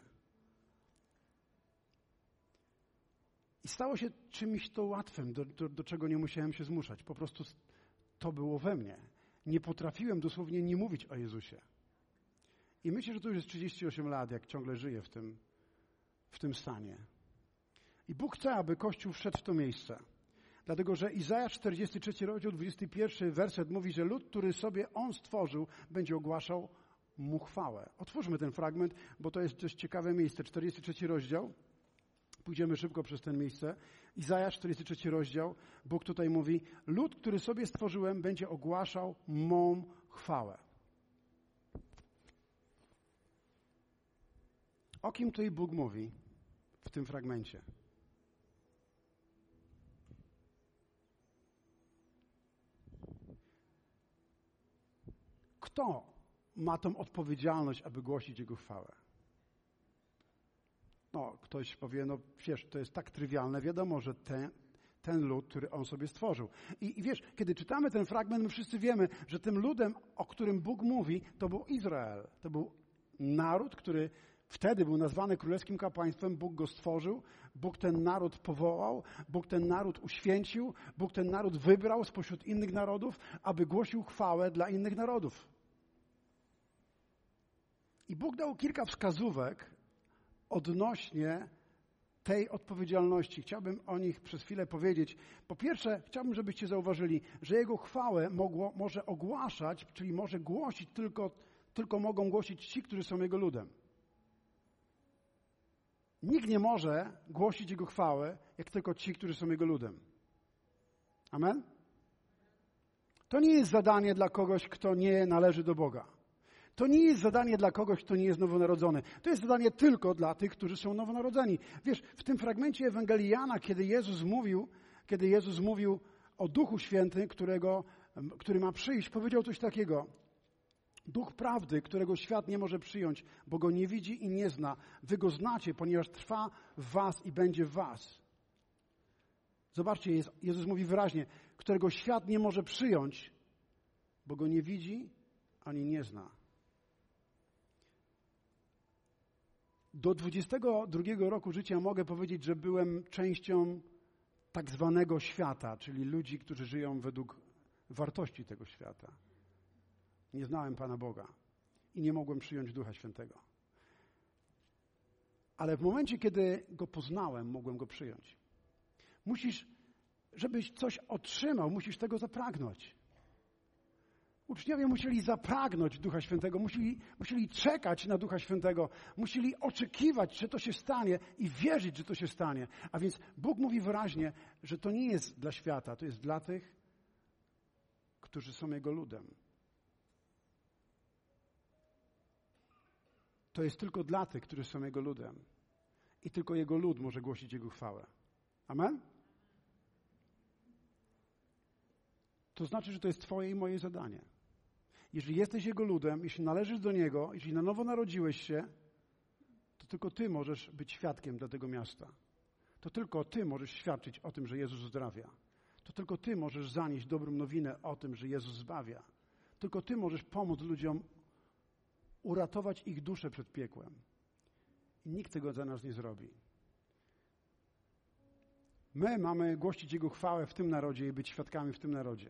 I stało się czymś to łatwym, do, do, do czego nie musiałem się zmuszać. Po prostu to było we mnie. Nie potrafiłem dosłownie nie mówić o Jezusie. I myślę, że to już jest trzydzieści osiem lat, jak ciągle żyję w tym, w tym stanie. I Bóg chce, aby Kościół wszedł w to miejsce. Dlatego, że Izajasz czterdziesty trzeci rozdział, dwudziesty pierwszy werset mówi, że lud, który sobie On stworzył, będzie ogłaszał Mu chwałę. Otwórzmy ten fragment, bo to jest dość ciekawe miejsce. czterdziesty trzeci rozdział. Pójdziemy szybko przez ten miejsce. Izajasz czterdziesty trzeci rozdział. Bóg tutaj mówi, lud, który sobie stworzyłem, będzie ogłaszał mą chwałę. O kim tutaj Bóg mówi w tym fragmencie? Kto ma tą odpowiedzialność, aby głosić Jego chwałę? No, ktoś powie, no wiesz, to jest tak trywialne, wiadomo, że ten, ten lud, który On sobie stworzył. I, I wiesz, kiedy czytamy ten fragment, my wszyscy wiemy, że tym ludem, o którym Bóg mówi, to był Izrael. To był naród, który wtedy był nazwany królewskim kapłaństwem, Bóg go stworzył, Bóg ten naród powołał, Bóg ten naród uświęcił, Bóg ten naród wybrał spośród innych narodów, aby głosił chwałę dla innych narodów. I Bóg dał kilka wskazówek odnośnie tej odpowiedzialności. Chciałbym o nich przez chwilę powiedzieć. Po pierwsze, chciałbym, żebyście zauważyli, że Jego chwałę mogło, może ogłaszać, czyli może głosić tylko, tylko mogą głosić ci, którzy są Jego ludem. Nikt nie może głosić Jego chwałę, jak tylko ci, którzy są Jego ludem. Amen? To nie jest zadanie dla kogoś, kto nie należy do Boga. To nie jest zadanie dla kogoś, kto nie jest nowonarodzony. To jest zadanie tylko dla tych, którzy są nowonarodzeni. Wiesz, w tym fragmencie Ewangelii Jana, kiedy Jezus mówił, kiedy Jezus mówił o Duchu Świętym, którego, który ma przyjść, powiedział coś takiego. Duch prawdy, którego świat nie może przyjąć, bo go nie widzi i nie zna. Wy go znacie, ponieważ trwa w was i będzie w was. Zobaczcie, Jezus mówi wyraźnie, którego świat nie może przyjąć, bo go nie widzi ani nie zna. Do dwudziestego drugiego roku życia mogę powiedzieć, że byłem częścią tak zwanego świata, czyli ludzi, którzy żyją według wartości tego świata. Nie znałem Pana Boga i nie mogłem przyjąć Ducha Świętego. Ale w momencie, kiedy Go poznałem, mogłem Go przyjąć. Musisz, żebyś coś otrzymał, musisz tego zapragnąć. Uczniowie musieli zapragnąć Ducha Świętego, musieli, musieli czekać na Ducha Świętego, musieli oczekiwać, że to się stanie i wierzyć, że to się stanie. A więc Bóg mówi wyraźnie, że to nie jest dla świata, to jest dla tych, którzy są Jego ludem. To jest tylko dla tych, którzy są Jego ludem. I tylko Jego lud może głosić Jego chwałę. Amen? To znaczy, że to jest Twoje i moje zadanie. Jeżeli jesteś Jego ludem, jeśli należysz do Niego, jeśli na nowo narodziłeś się, to tylko Ty możesz być świadkiem dla tego miasta. To tylko Ty możesz świadczyć o tym, że Jezus uzdrawia. To tylko Ty możesz zanieść dobrą nowinę o tym, że Jezus zbawia. Tylko Ty możesz pomóc ludziom uratować ich duszę przed piekłem. I nikt tego za nas nie zrobi. My mamy głosić Jego chwałę w tym narodzie i być świadkami w tym narodzie.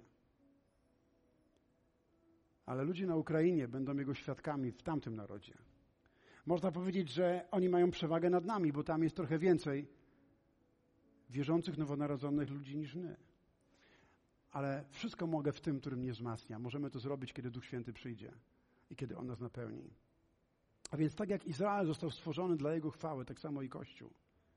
Ale ludzie na Ukrainie będą Jego świadkami w tamtym narodzie. Można powiedzieć, że oni mają przewagę nad nami, bo tam jest trochę więcej wierzących, nowonarodzonych ludzi niż my. ale wszystko mogę w tym, który mnie wzmacnia. Możemy to zrobić, kiedy Duch Święty przyjdzie i kiedy On nas napełni. A więc tak jak Izrael został stworzony dla Jego chwały, tak samo i Kościół.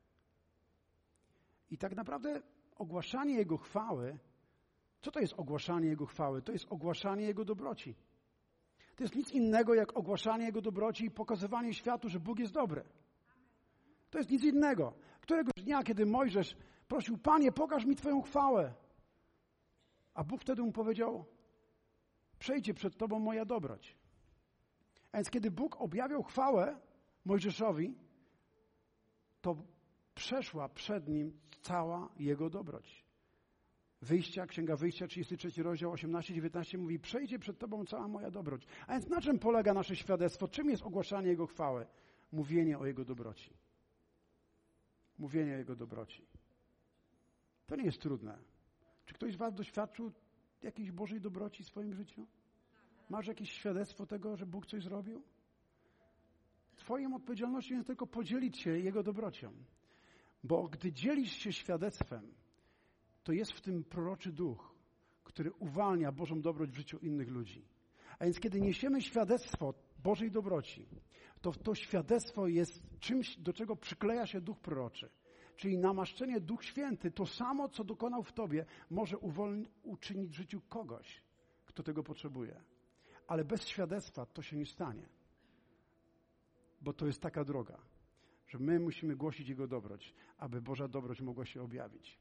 I tak naprawdę ogłaszanie Jego chwały, co to jest ogłaszanie Jego chwały? To jest ogłaszanie Jego dobroci. To jest nic innego jak ogłaszanie Jego dobroci i pokazywanie światu, że Bóg jest dobry. To jest nic innego. Któregoś dnia, kiedy Mojżesz prosił, Panie, pokaż mi Twoją chwałę. A Bóg wtedy mu powiedział, przejdzie przed Tobą moja dobroć. A więc kiedy Bóg objawiał chwałę Mojżeszowi, to przeszła przed nim cała Jego dobroć. Wyjścia, Księga Wyjścia, trzydziesty trzeci rozdział, osiemnaście dziewiętnaście mówi, przejdzie przed Tobą cała moja dobroć. A więc na czym polega nasze świadectwo? Czym jest ogłaszanie Jego chwały? Mówienie o Jego dobroci. Mówienie o Jego dobroci. To nie jest trudne. Czy ktoś z Was doświadczył jakiejś Bożej dobroci w swoim życiu? Masz jakieś świadectwo tego, że Bóg coś zrobił? Twoją odpowiedzialnością jest tylko podzielić się Jego dobrocią. Bo gdy dzielisz się świadectwem, to jest w tym proroczy duch, który uwalnia Bożą dobroć w życiu innych ludzi. A więc kiedy niesiemy świadectwo Bożej dobroci, to to świadectwo jest czymś, do czego przykleja się duch proroczy. Czyli namaszczenie Duch Święty, to samo, co dokonał w tobie, może uwolni, uczynić w życiu kogoś, kto tego potrzebuje. Ale bez świadectwa to się nie stanie. Bo to jest taka droga, że my musimy głosić Jego dobroć, aby Boża dobroć mogła się objawić.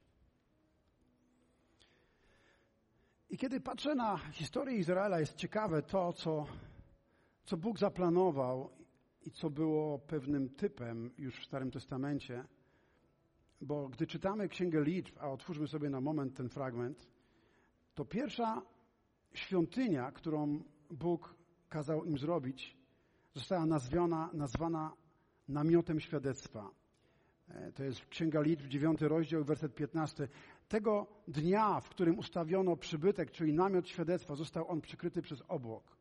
I kiedy patrzę na historię Izraela, jest ciekawe to, co, co Bóg zaplanował i co było pewnym typem już w Starym Testamencie. Bo gdy czytamy Księgę Liczb, a otwórzmy sobie na moment ten fragment, to pierwsza świątynia, którą Bóg kazał im zrobić, została nazwana, nazwana namiotem świadectwa. To jest Księga Liczb, dziewiąty rozdział, werset piętnasty. Tego dnia, w którym ustawiono przybytek, czyli namiot świadectwa, został on przykryty przez obłok.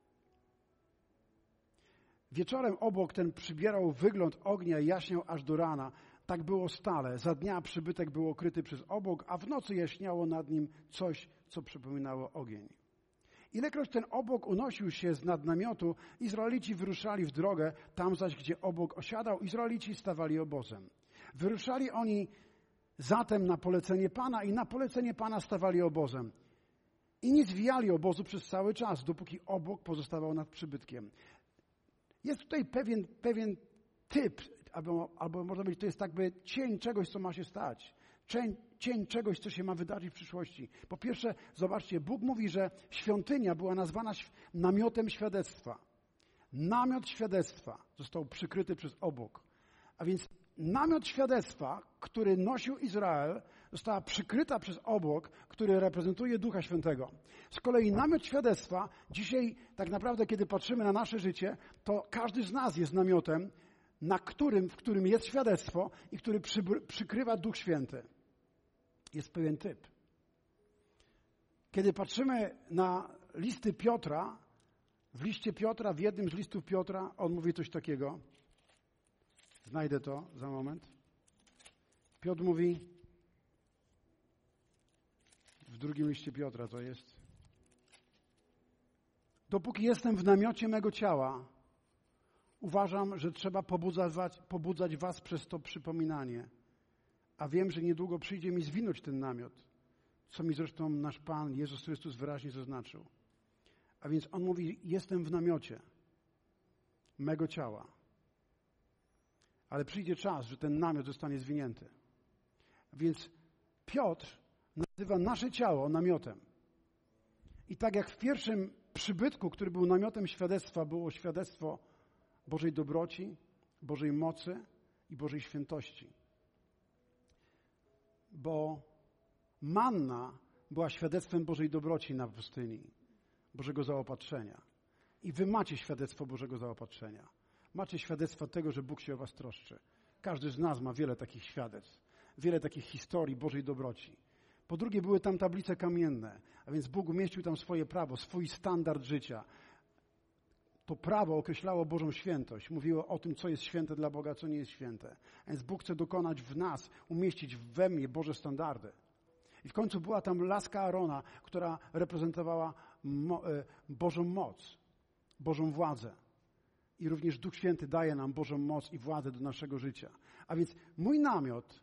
Wieczorem obłok ten przybierał wygląd ognia i jaśniał aż do rana. Tak było stale. Za dnia przybytek był okryty przez obłok, a w nocy jaśniało nad nim coś, co przypominało ogień. Ilekroć ten obłok unosił się z nad namiotu, Izraelici wyruszali w drogę, tam zaś, gdzie obłok osiadał, Izraelici stawali obozem. Wyruszali oni zatem na polecenie Pana i na polecenie Pana stawali obozem. I nie zwijali obozu przez cały czas, dopóki obłok pozostawał nad przybytkiem. Jest tutaj pewien, pewien typ, albo, albo można powiedzieć, to jest jakby cień czegoś, co ma się stać. Cień, cień czegoś, co się ma wydarzyć w przyszłości. Po pierwsze, zobaczcie, Bóg mówi, że świątynia była nazwana namiotem świadectwa. Namiot świadectwa został przykryty przez obłok. A więc namiot świadectwa, który nosił Izrael, została przykryta przez obłok, który reprezentuje Ducha Świętego. Z kolei namiot świadectwa, dzisiaj tak naprawdę, kiedy patrzymy na nasze życie, to każdy z nas jest namiotem, na którym, w którym jest świadectwo i który przy, przykrywa Duch Święty. Jest pewien typ. Kiedy patrzymy na listy Piotra, w liście Piotra, w jednym z listów Piotra, on mówi coś takiego. Znajdę to za moment. Piotr mówi, w drugim liście Piotra to jest, dopóki jestem w namiocie mego ciała, uważam, że trzeba pobudzać, pobudzać was przez to przypominanie. A wiem, że niedługo przyjdzie mi zwinąć ten namiot, co mi zresztą nasz Pan Jezus Chrystus wyraźnie zaznaczył. A więc on mówi, jestem w namiocie mego ciała. Ale przyjdzie czas, że ten namiot zostanie zwinięty. Więc Piotr nazywa nasze ciało namiotem. I tak jak w pierwszym przybytku, który był namiotem świadectwa, było świadectwo Bożej dobroci, Bożej mocy i Bożej świętości. Bo manna była świadectwem Bożej dobroci na pustyni, Bożego zaopatrzenia. I wy macie świadectwo Bożego zaopatrzenia. Macie świadectwo tego, że Bóg się o was troszczy. Każdy z nas ma wiele takich świadectw, wiele takich historii Bożej dobroci. Po drugie, były tam tablice kamienne, a więc Bóg umieścił tam swoje prawo, swój standard życia. To prawo określało Bożą świętość. Mówiło o tym, co jest święte dla Boga, co nie jest święte. A więc Bóg chce dokonać w nas, umieścić we mnie Boże standardy. I w końcu była tam laska Aarona, która reprezentowała mo- Bożą moc, Bożą władzę. I również Duch Święty daje nam Bożą moc i władzę do naszego życia. A więc mój namiot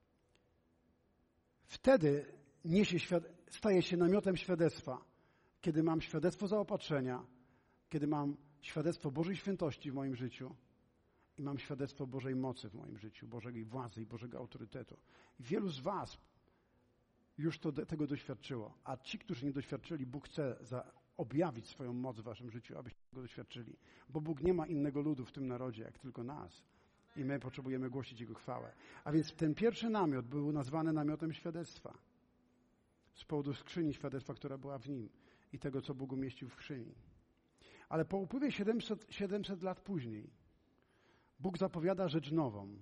wtedy niesie świad- staje się namiotem świadectwa, kiedy mam świadectwo zaopatrzenia, kiedy mam świadectwo Bożej świętości w moim życiu i mam świadectwo Bożej mocy w moim życiu, Bożej władzy i Bożego autorytetu. I wielu z was już to, tego doświadczyło, a ci, którzy nie doświadczyli, Bóg chce za, objawić swoją moc w waszym życiu, abyście tego doświadczyli. Bo Bóg nie ma innego ludu w tym narodzie, jak tylko nas. I my potrzebujemy głosić Jego chwałę. A więc ten pierwszy namiot był nazwany namiotem świadectwa. Z powodu skrzyni świadectwa, która była w nim i tego, co Bóg umieścił w skrzyni. Ale po upływie siedemset, siedemset lat później Bóg zapowiada rzecz nową.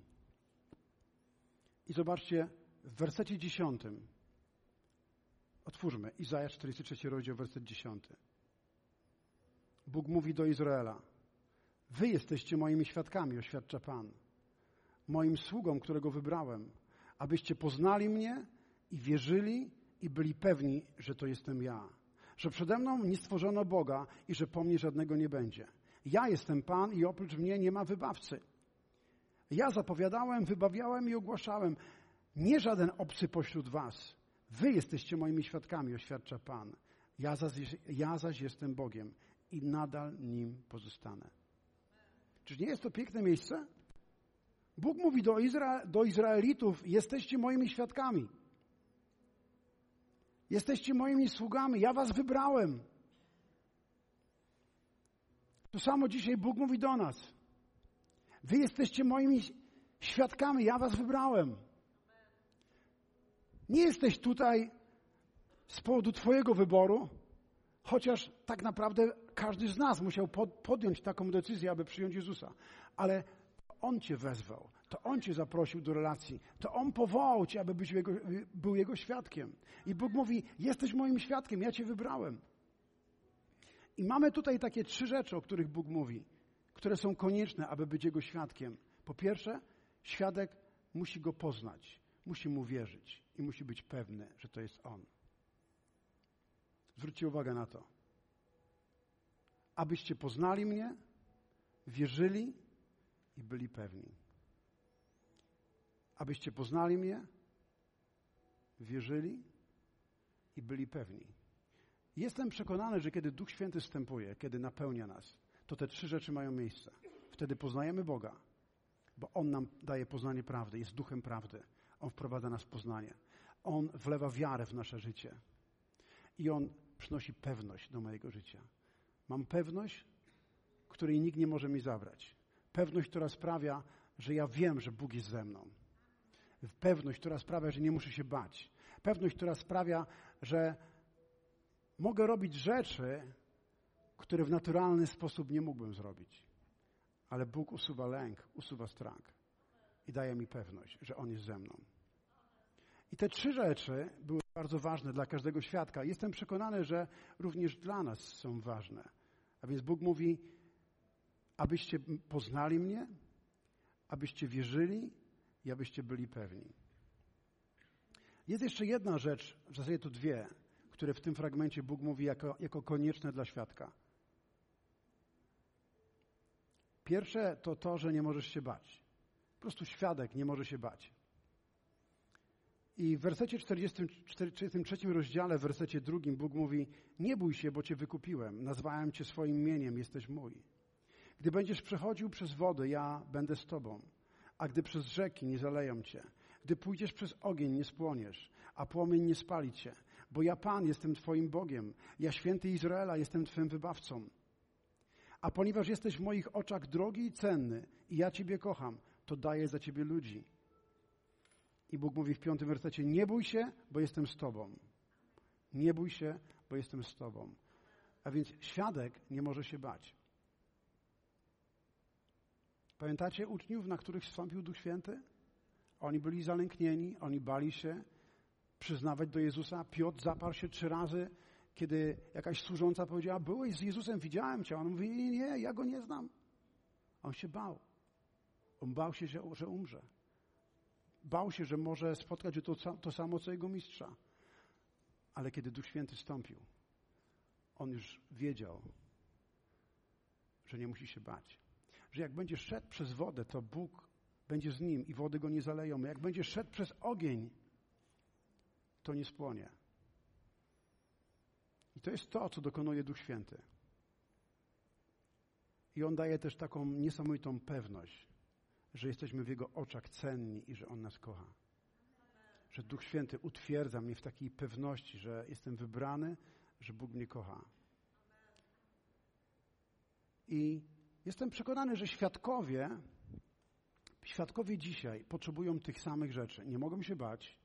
I zobaczcie, w wersecie dziesiątym, otwórzmy, Izajasz czterdziesty trzeci rozdział, werset dziesiąty. Bóg mówi do Izraela: wy jesteście moimi świadkami, oświadcza Pan, moim sługą, którego wybrałem, abyście poznali mnie i wierzyli i byli pewni, że to jestem ja. Że przede mną nie stworzono Boga i że po mnie żadnego nie będzie. Ja jestem Pan i oprócz mnie nie ma wybawcy. Ja zapowiadałem, wybawiałem i ogłaszałem. Nie żaden obcy pośród was. Wy jesteście moimi świadkami, oświadcza Pan. Ja zaś, ja zaś jestem Bogiem i nadal nim pozostanę. Czyż nie jest to piękne miejsce? Bóg mówi do, Izra- do Izraelitów: jesteście moimi świadkami. Jesteście moimi sługami. Ja was wybrałem. To samo dzisiaj Bóg mówi do nas. Wy jesteście moimi świadkami. Ja was wybrałem. Nie jesteś tutaj z powodu twojego wyboru, chociaż tak naprawdę każdy z nas musiał podjąć taką decyzję, aby przyjąć Jezusa. Ale On cię wezwał, to On cię zaprosił do relacji, to On powołał cię, aby być jego, był Jego świadkiem. I Bóg mówi: jesteś moim świadkiem, ja cię wybrałem. I mamy tutaj takie trzy rzeczy, o których Bóg mówi, które są konieczne, aby być Jego świadkiem. Po pierwsze, świadek musi Go poznać, musi Mu wierzyć i musi być pewny, że to jest On. Zwróćcie uwagę na to. Abyście poznali mnie, wierzyli i byli pewni. Abyście poznali mnie, wierzyli i byli pewni. Jestem przekonany, że kiedy Duch Święty wstępuje, kiedy napełnia nas, to te trzy rzeczy mają miejsce. Wtedy poznajemy Boga, bo On nam daje poznanie prawdy, jest Duchem prawdy. On wprowadza nas w poznanie. On wlewa wiarę w nasze życie. I On przynosi pewność do mojego życia. Mam pewność, której nikt nie może mi zabrać. Pewność, która sprawia, że ja wiem, że Bóg jest ze mną. Pewność, która sprawia, że nie muszę się bać. Pewność, która sprawia, że mogę robić rzeczy, które w naturalny sposób nie mógłbym zrobić. Ale Bóg usuwa lęk, usuwa strach i daje mi pewność, że On jest ze mną. I te trzy rzeczy były bardzo ważne dla każdego świadka. Jestem przekonany, że również dla nas są ważne. A więc Bóg mówi: abyście poznali mnie, abyście wierzyli i abyście byli pewni. Jest jeszcze jedna rzecz, w zasadzie to dwie, które w tym fragmencie Bóg mówi jako, jako konieczne dla świadka. Pierwsze to to, że nie możesz się bać. Po prostu świadek nie może się bać. I w wersecie czterdziestym, czterdziestym trzecim rozdziale, w wersecie drugim Bóg mówi: nie bój się, bo Cię wykupiłem, nazwałem Cię swoim imieniem, jesteś mój. Gdy będziesz przechodził przez wody, ja będę z Tobą, a gdy przez rzeki nie zaleją Cię. Gdy pójdziesz przez ogień, nie spłoniesz, a płomień nie spali Cię, bo ja Pan jestem Twoim Bogiem, ja Święty Izraela jestem Twym wybawcą. A ponieważ jesteś w moich oczach drogi i cenny i ja Ciebie kocham, to daję za Ciebie ludzi. I Bóg mówi w piątym wersecie: nie bój się, bo jestem z Tobą. Nie bój się, bo jestem z Tobą. A więc świadek nie może się bać. Pamiętacie uczniów, na których zstąpił Duch Święty? Oni byli zalęknieni, oni bali się przyznawać do Jezusa. Piotr zaparł się trzy razy, kiedy jakaś służąca powiedziała: byłeś z Jezusem, widziałem Cię. A on mówi: nie, nie, ja Go nie znam. On się bał. On bał się, że, że umrze. Bał się, że może spotkać to, to samo, co jego mistrza. Ale kiedy Duch Święty stąpił, on już wiedział, że nie musi się bać. Że jak będzie szedł przez wodę, to Bóg będzie z nim i wody go nie zaleją. Jak będzie szedł przez ogień, to nie spłonie. I to jest to, co dokonuje Duch Święty. I On daje też taką niesamowitą pewność, że jesteśmy w Jego oczach cenni i że On nas kocha. Że Duch Święty utwierdza mnie w takiej pewności, że jestem wybrany, że Bóg mnie kocha. I jestem przekonany, że świadkowie, świadkowie dzisiaj potrzebują tych samych rzeczy. Nie mogą się bać.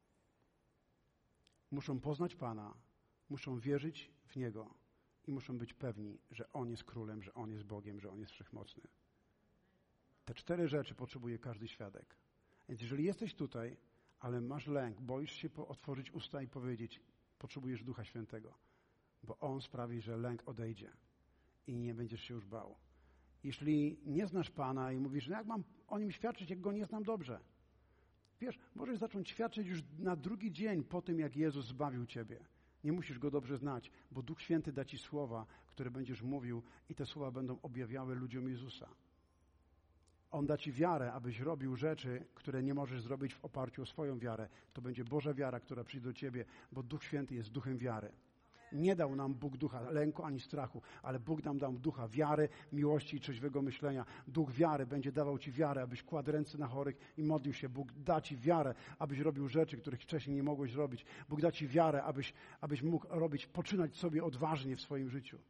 Muszą poznać Pana, muszą wierzyć w Niego i muszą być pewni, że On jest królem, że On jest Bogiem, że On jest wszechmocny. Te cztery rzeczy potrzebuje każdy świadek. Więc jeżeli jesteś tutaj, ale masz lęk, boisz się otworzyć usta i powiedzieć, potrzebujesz Ducha Świętego, bo On sprawi, że lęk odejdzie i nie będziesz się już bał. Jeśli nie znasz Pana i mówisz, no jak mam o Nim świadczyć, jak Go nie znam dobrze? Wiesz, możesz zacząć świadczyć już na drugi dzień po tym, jak Jezus zbawił ciebie. Nie musisz Go dobrze znać, bo Duch Święty da ci słowa, które będziesz mówił i te słowa będą objawiały ludziom Jezusa. On da ci wiarę, abyś robił rzeczy, które nie możesz zrobić w oparciu o swoją wiarę. To będzie Boża wiara, która przyjdzie do ciebie, bo Duch Święty jest duchem wiary. Nie dał nam Bóg ducha lęku ani strachu, ale Bóg nam dał ducha wiary, miłości i trzeźwego myślenia. Duch wiary będzie dawał ci wiarę, abyś kładł ręce na chorych i modlił się. Bóg da ci wiarę, abyś robił rzeczy, których wcześniej nie mogłeś robić. Bóg da ci wiarę, abyś, abyś mógł robić, poczynać sobie odważnie w swoim życiu.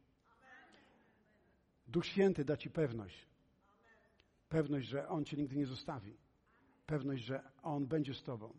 Duch Święty da ci pewność. Pewność, że On cię nigdy nie zostawi. Pewność, że On będzie z tobą.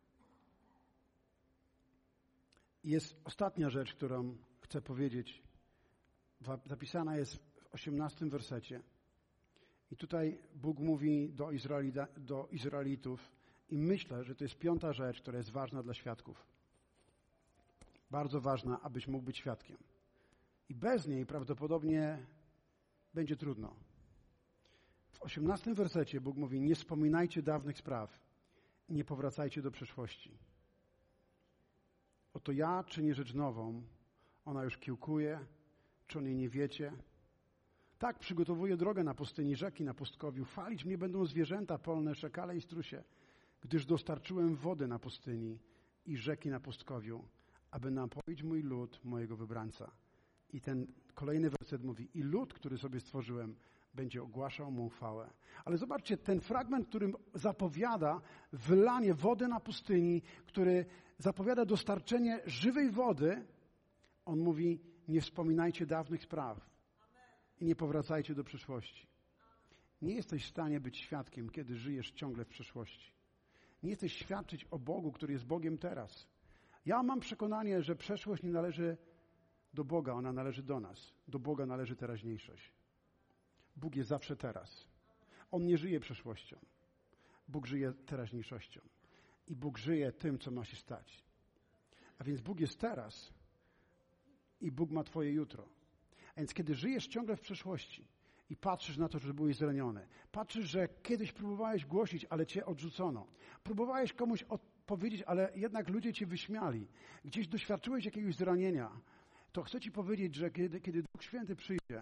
Jest ostatnia rzecz, którą chcę powiedzieć. Zapisana jest w osiemnastym wersecie. I tutaj Bóg mówi do, Izraelita, do Izraelitów i myślę, że to jest piąta rzecz, która jest ważna dla świadków. Bardzo ważna, abyś mógł być świadkiem. I bez niej prawdopodobnie będzie trudno. W osiemnastym wersecie Bóg mówi, nie wspominajcie dawnych spraw, nie powracajcie do przeszłości. Oto ja czynię rzecz nową, ona już kiełkuje, czy o niej nie wiecie? Tak, przygotowuję drogę na pustyni, rzeki na pustkowiu, falić mnie będą zwierzęta polne, szakale i strusie, gdyż dostarczyłem wody na pustyni i rzeki na pustkowiu, aby napoić mój lud, mojego wybrańca. I ten kolejny werset mówi, i lud, który sobie stworzyłem, będzie ogłaszał mu chwałę. Ale zobaczcie, ten fragment, którym zapowiada wylanie wody na pustyni, który zapowiada dostarczenie żywej wody, on mówi, nie wspominajcie dawnych spraw i nie powracajcie do przeszłości. Nie jesteś w stanie być świadkiem, kiedy żyjesz ciągle w przeszłości. Nie jesteś świadczyć o Bogu, który jest Bogiem teraz. Ja mam przekonanie, że przeszłość nie należy do Boga, ona należy do nas. Do Boga należy teraźniejszość. Bóg jest zawsze teraz. On nie żyje przeszłością. Bóg żyje teraźniejszością. I Bóg żyje tym, co ma się stać. A więc Bóg jest teraz i Bóg ma twoje jutro. A więc kiedy żyjesz ciągle w przeszłości i patrzysz na to, że byłeś zraniony, patrzysz, że kiedyś próbowałeś głosić, ale cię odrzucono. Próbowałeś komuś odpowiedzieć, ale jednak ludzie cię wyśmiali. Gdzieś doświadczyłeś jakiegoś zranienia. To chcę ci powiedzieć, że kiedy, kiedy Duch Święty przyjdzie,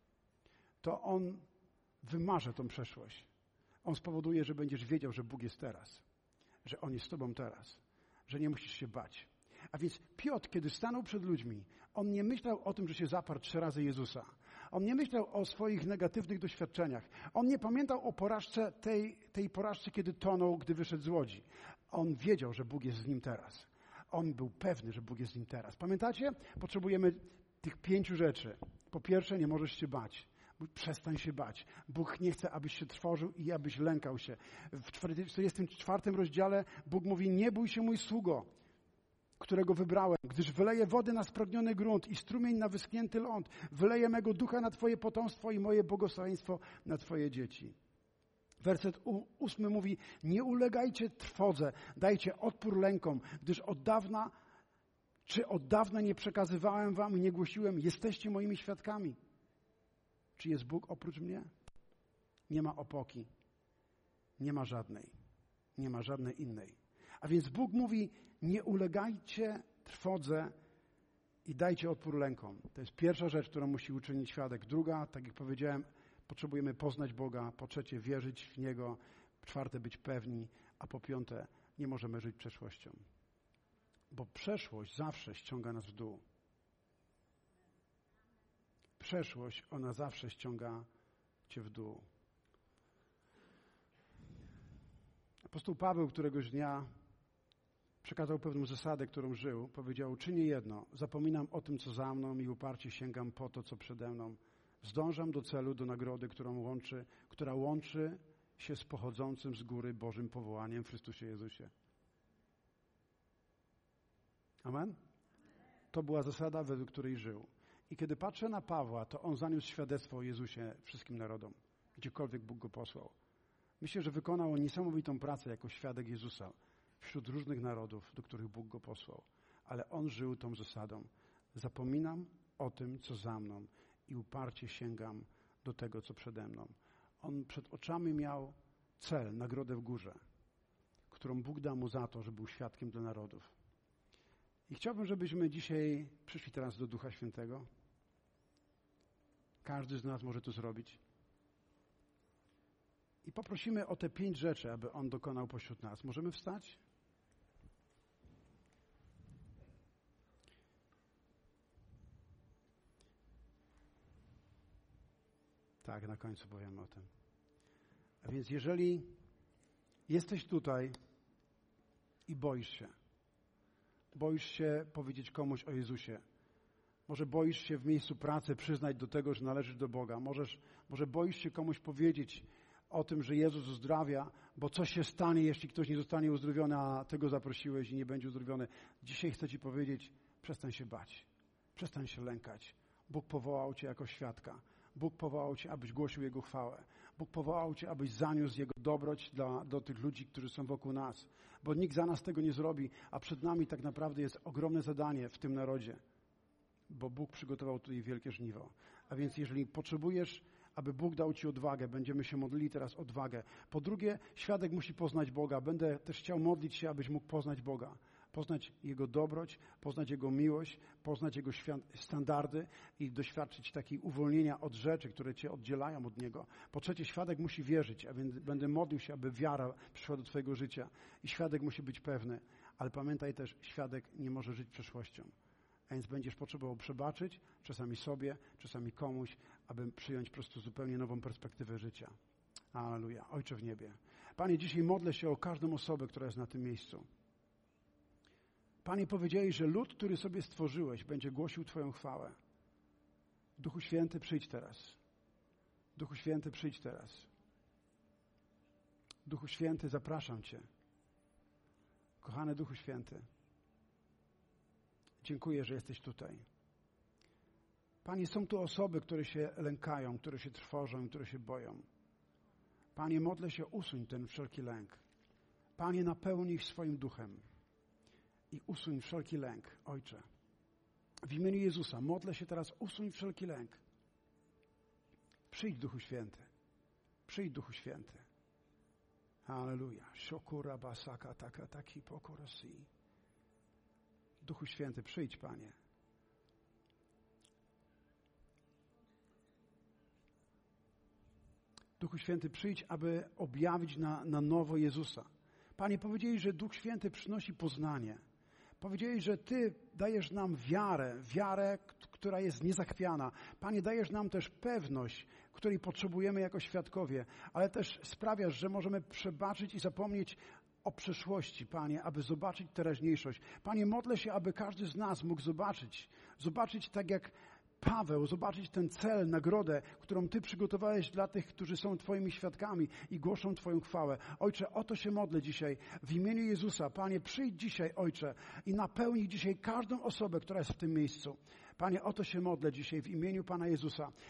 to On wymaże tą przeszłość. On spowoduje, że będziesz wiedział, że Bóg jest teraz. Że On jest z tobą teraz. Że nie musisz się bać. A więc Piotr, kiedy stanął przed ludźmi, on nie myślał o tym, że się zaparł trzy razy Jezusa. On nie myślał o swoich negatywnych doświadczeniach. On nie pamiętał o porażce, tej, tej porażce, kiedy tonął, gdy wyszedł z łodzi. On wiedział, że Bóg jest z nim teraz. On był pewny, że Bóg jest z nim teraz. Pamiętacie? Potrzebujemy tych pięciu rzeczy. Po pierwsze, nie możesz się bać. Przestań się bać. Bóg nie chce, abyś się trwożył i abyś lękał się. W czterdziestym czwartym rozdziale Bóg mówi, nie bój się mój sługo, którego wybrałem, gdyż wyleję wody na spragniony grunt i strumień na wyschnięty ląd. Wyleję mego ducha na twoje potomstwo i moje błogosławieństwo na twoje dzieci. Werset ósmy mówi, nie ulegajcie trwodze, dajcie odpór lękom, gdyż od dawna, czy od dawna nie przekazywałem wam i nie głosiłem, jesteście moimi świadkami. Czy jest Bóg oprócz mnie? Nie ma opoki. Nie ma żadnej. Nie ma żadnej innej. A więc Bóg mówi, nie ulegajcie trwodze i dajcie odpór lękom. To jest pierwsza rzecz, którą musi uczynić świadek. Druga, tak jak powiedziałem, potrzebujemy poznać Boga. Po trzecie, wierzyć w Niego. Po czwarte, być pewni. A po piąte, nie możemy żyć przeszłością. Bo przeszłość zawsze ściąga nas w dół. Przeszłość, ona zawsze ściąga cię w dół. Apostoł Paweł któregoś dnia przekazał pewną zasadę, którą żył. Powiedział, czynię jedno, zapominam o tym, co za mną i uparcie sięgam po to, co przede mną. Zdążam do celu, do nagrody, którą łączy, która łączy się z pochodzącym z góry Bożym powołaniem w Chrystusie Jezusie. Amen? To była zasada, według której żył. I kiedy patrzę na Pawła, to on zaniósł świadectwo o Jezusie wszystkim narodom, gdziekolwiek Bóg go posłał. Myślę, że wykonał on niesamowitą pracę jako świadek Jezusa wśród różnych narodów, do których Bóg go posłał. Ale on żył tą zasadą. Zapominam o tym, co za mną i uparcie sięgam do tego, co przede mną. On przed oczami miał cel, nagrodę w górze, którą Bóg da mu za to, że był świadkiem dla narodów. I chciałbym, żebyśmy dzisiaj przyszli teraz do Ducha Świętego. Każdy z nas może to zrobić. I poprosimy o te pięć rzeczy, aby On dokonał pośród nas. Możemy wstać? Tak, na końcu powiemy o tym. A więc jeżeli jesteś tutaj i boisz się, boisz się powiedzieć komuś o Jezusie, może boisz się w miejscu pracy przyznać do tego, że należysz do Boga, Możesz, może boisz się komuś powiedzieć o tym, że Jezus uzdrawia, bo co się stanie, jeśli ktoś nie zostanie uzdrowiony, a Ty go zaprosiłeś i nie będzie uzdrowiony. Dzisiaj chcę Ci powiedzieć, przestań się bać, przestań się lękać. Bóg powołał Cię jako świadka. Bóg powołał Cię, abyś głosił Jego chwałę. Bóg powołał Cię, abyś zaniósł Jego dobroć dla, do tych ludzi, którzy są wokół nas. Bo nikt za nas tego nie zrobi, a przed nami tak naprawdę jest ogromne zadanie w tym narodzie. Bo Bóg przygotował tutaj wielkie żniwo. A więc jeżeli potrzebujesz, aby Bóg dał Ci odwagę, będziemy się modlili teraz odwagę. Po drugie, świadek musi poznać Boga. Będę też chciał modlić się, abyś mógł poznać Boga. Poznać Jego dobroć, poznać Jego miłość, poznać Jego standardy i doświadczyć takiej uwolnienia od rzeczy, które Cię oddzielają od Niego. Po trzecie, świadek musi wierzyć, a więc będę modlił się, aby wiara przyszła do Twojego życia. I świadek musi być pewny. Ale pamiętaj też, świadek nie może żyć przeszłością. A więc będziesz potrzebował przebaczyć, czasami sobie, czasami komuś, aby przyjąć po prostu zupełnie nową perspektywę życia. Alleluja. Ojcze w niebie. Panie, dzisiaj modlę się o każdą osobę, która jest na tym miejscu. Panie, powiedziałeś, że lud, który sobie stworzyłeś, będzie głosił Twoją chwałę. Duchu Święty, przyjdź teraz. Duchu Święty, przyjdź teraz. Duchu Święty, zapraszam Cię. Kochany Duchu Święty, dziękuję, że jesteś tutaj. Panie, są tu osoby, które się lękają, które się trwożą, które się boją. Panie, modlę się, usuń ten wszelki lęk. Panie, napełnij ich swoim duchem i usuń wszelki lęk, Ojcze. W imieniu Jezusa modlę się teraz, usuń wszelki lęk. Przyjdź, Duchu Święty. Przyjdź, Duchu Święty. Halleluja. Shokura basaka taka taki pokorosi. Duchu Święty, przyjdź, Panie. Duchu Święty, przyjdź, aby objawić na, na nowo Jezusa. Panie, powiedziałeś, że Duch Święty przynosi poznanie. Powiedziałeś, że Ty dajesz nam wiarę, wiarę, która jest niezachwiana. Panie, dajesz nam też pewność, której potrzebujemy jako świadkowie, ale też sprawiasz, że możemy przebaczyć i zapomnieć o przeszłości, Panie, aby zobaczyć teraźniejszość. Panie, modlę się, aby każdy z nas mógł zobaczyć, zobaczyć tak jak Paweł, zobaczyć ten cel, nagrodę, którą Ty przygotowałeś dla tych, którzy są Twoimi świadkami i głoszą Twoją chwałę. Ojcze, o to się modlę dzisiaj. W imieniu Jezusa, Panie, przyjdź dzisiaj, Ojcze, i napełnij dzisiaj każdą osobę, która jest w tym miejscu. Panie, o to się modlę dzisiaj w imieniu Pana Jezusa.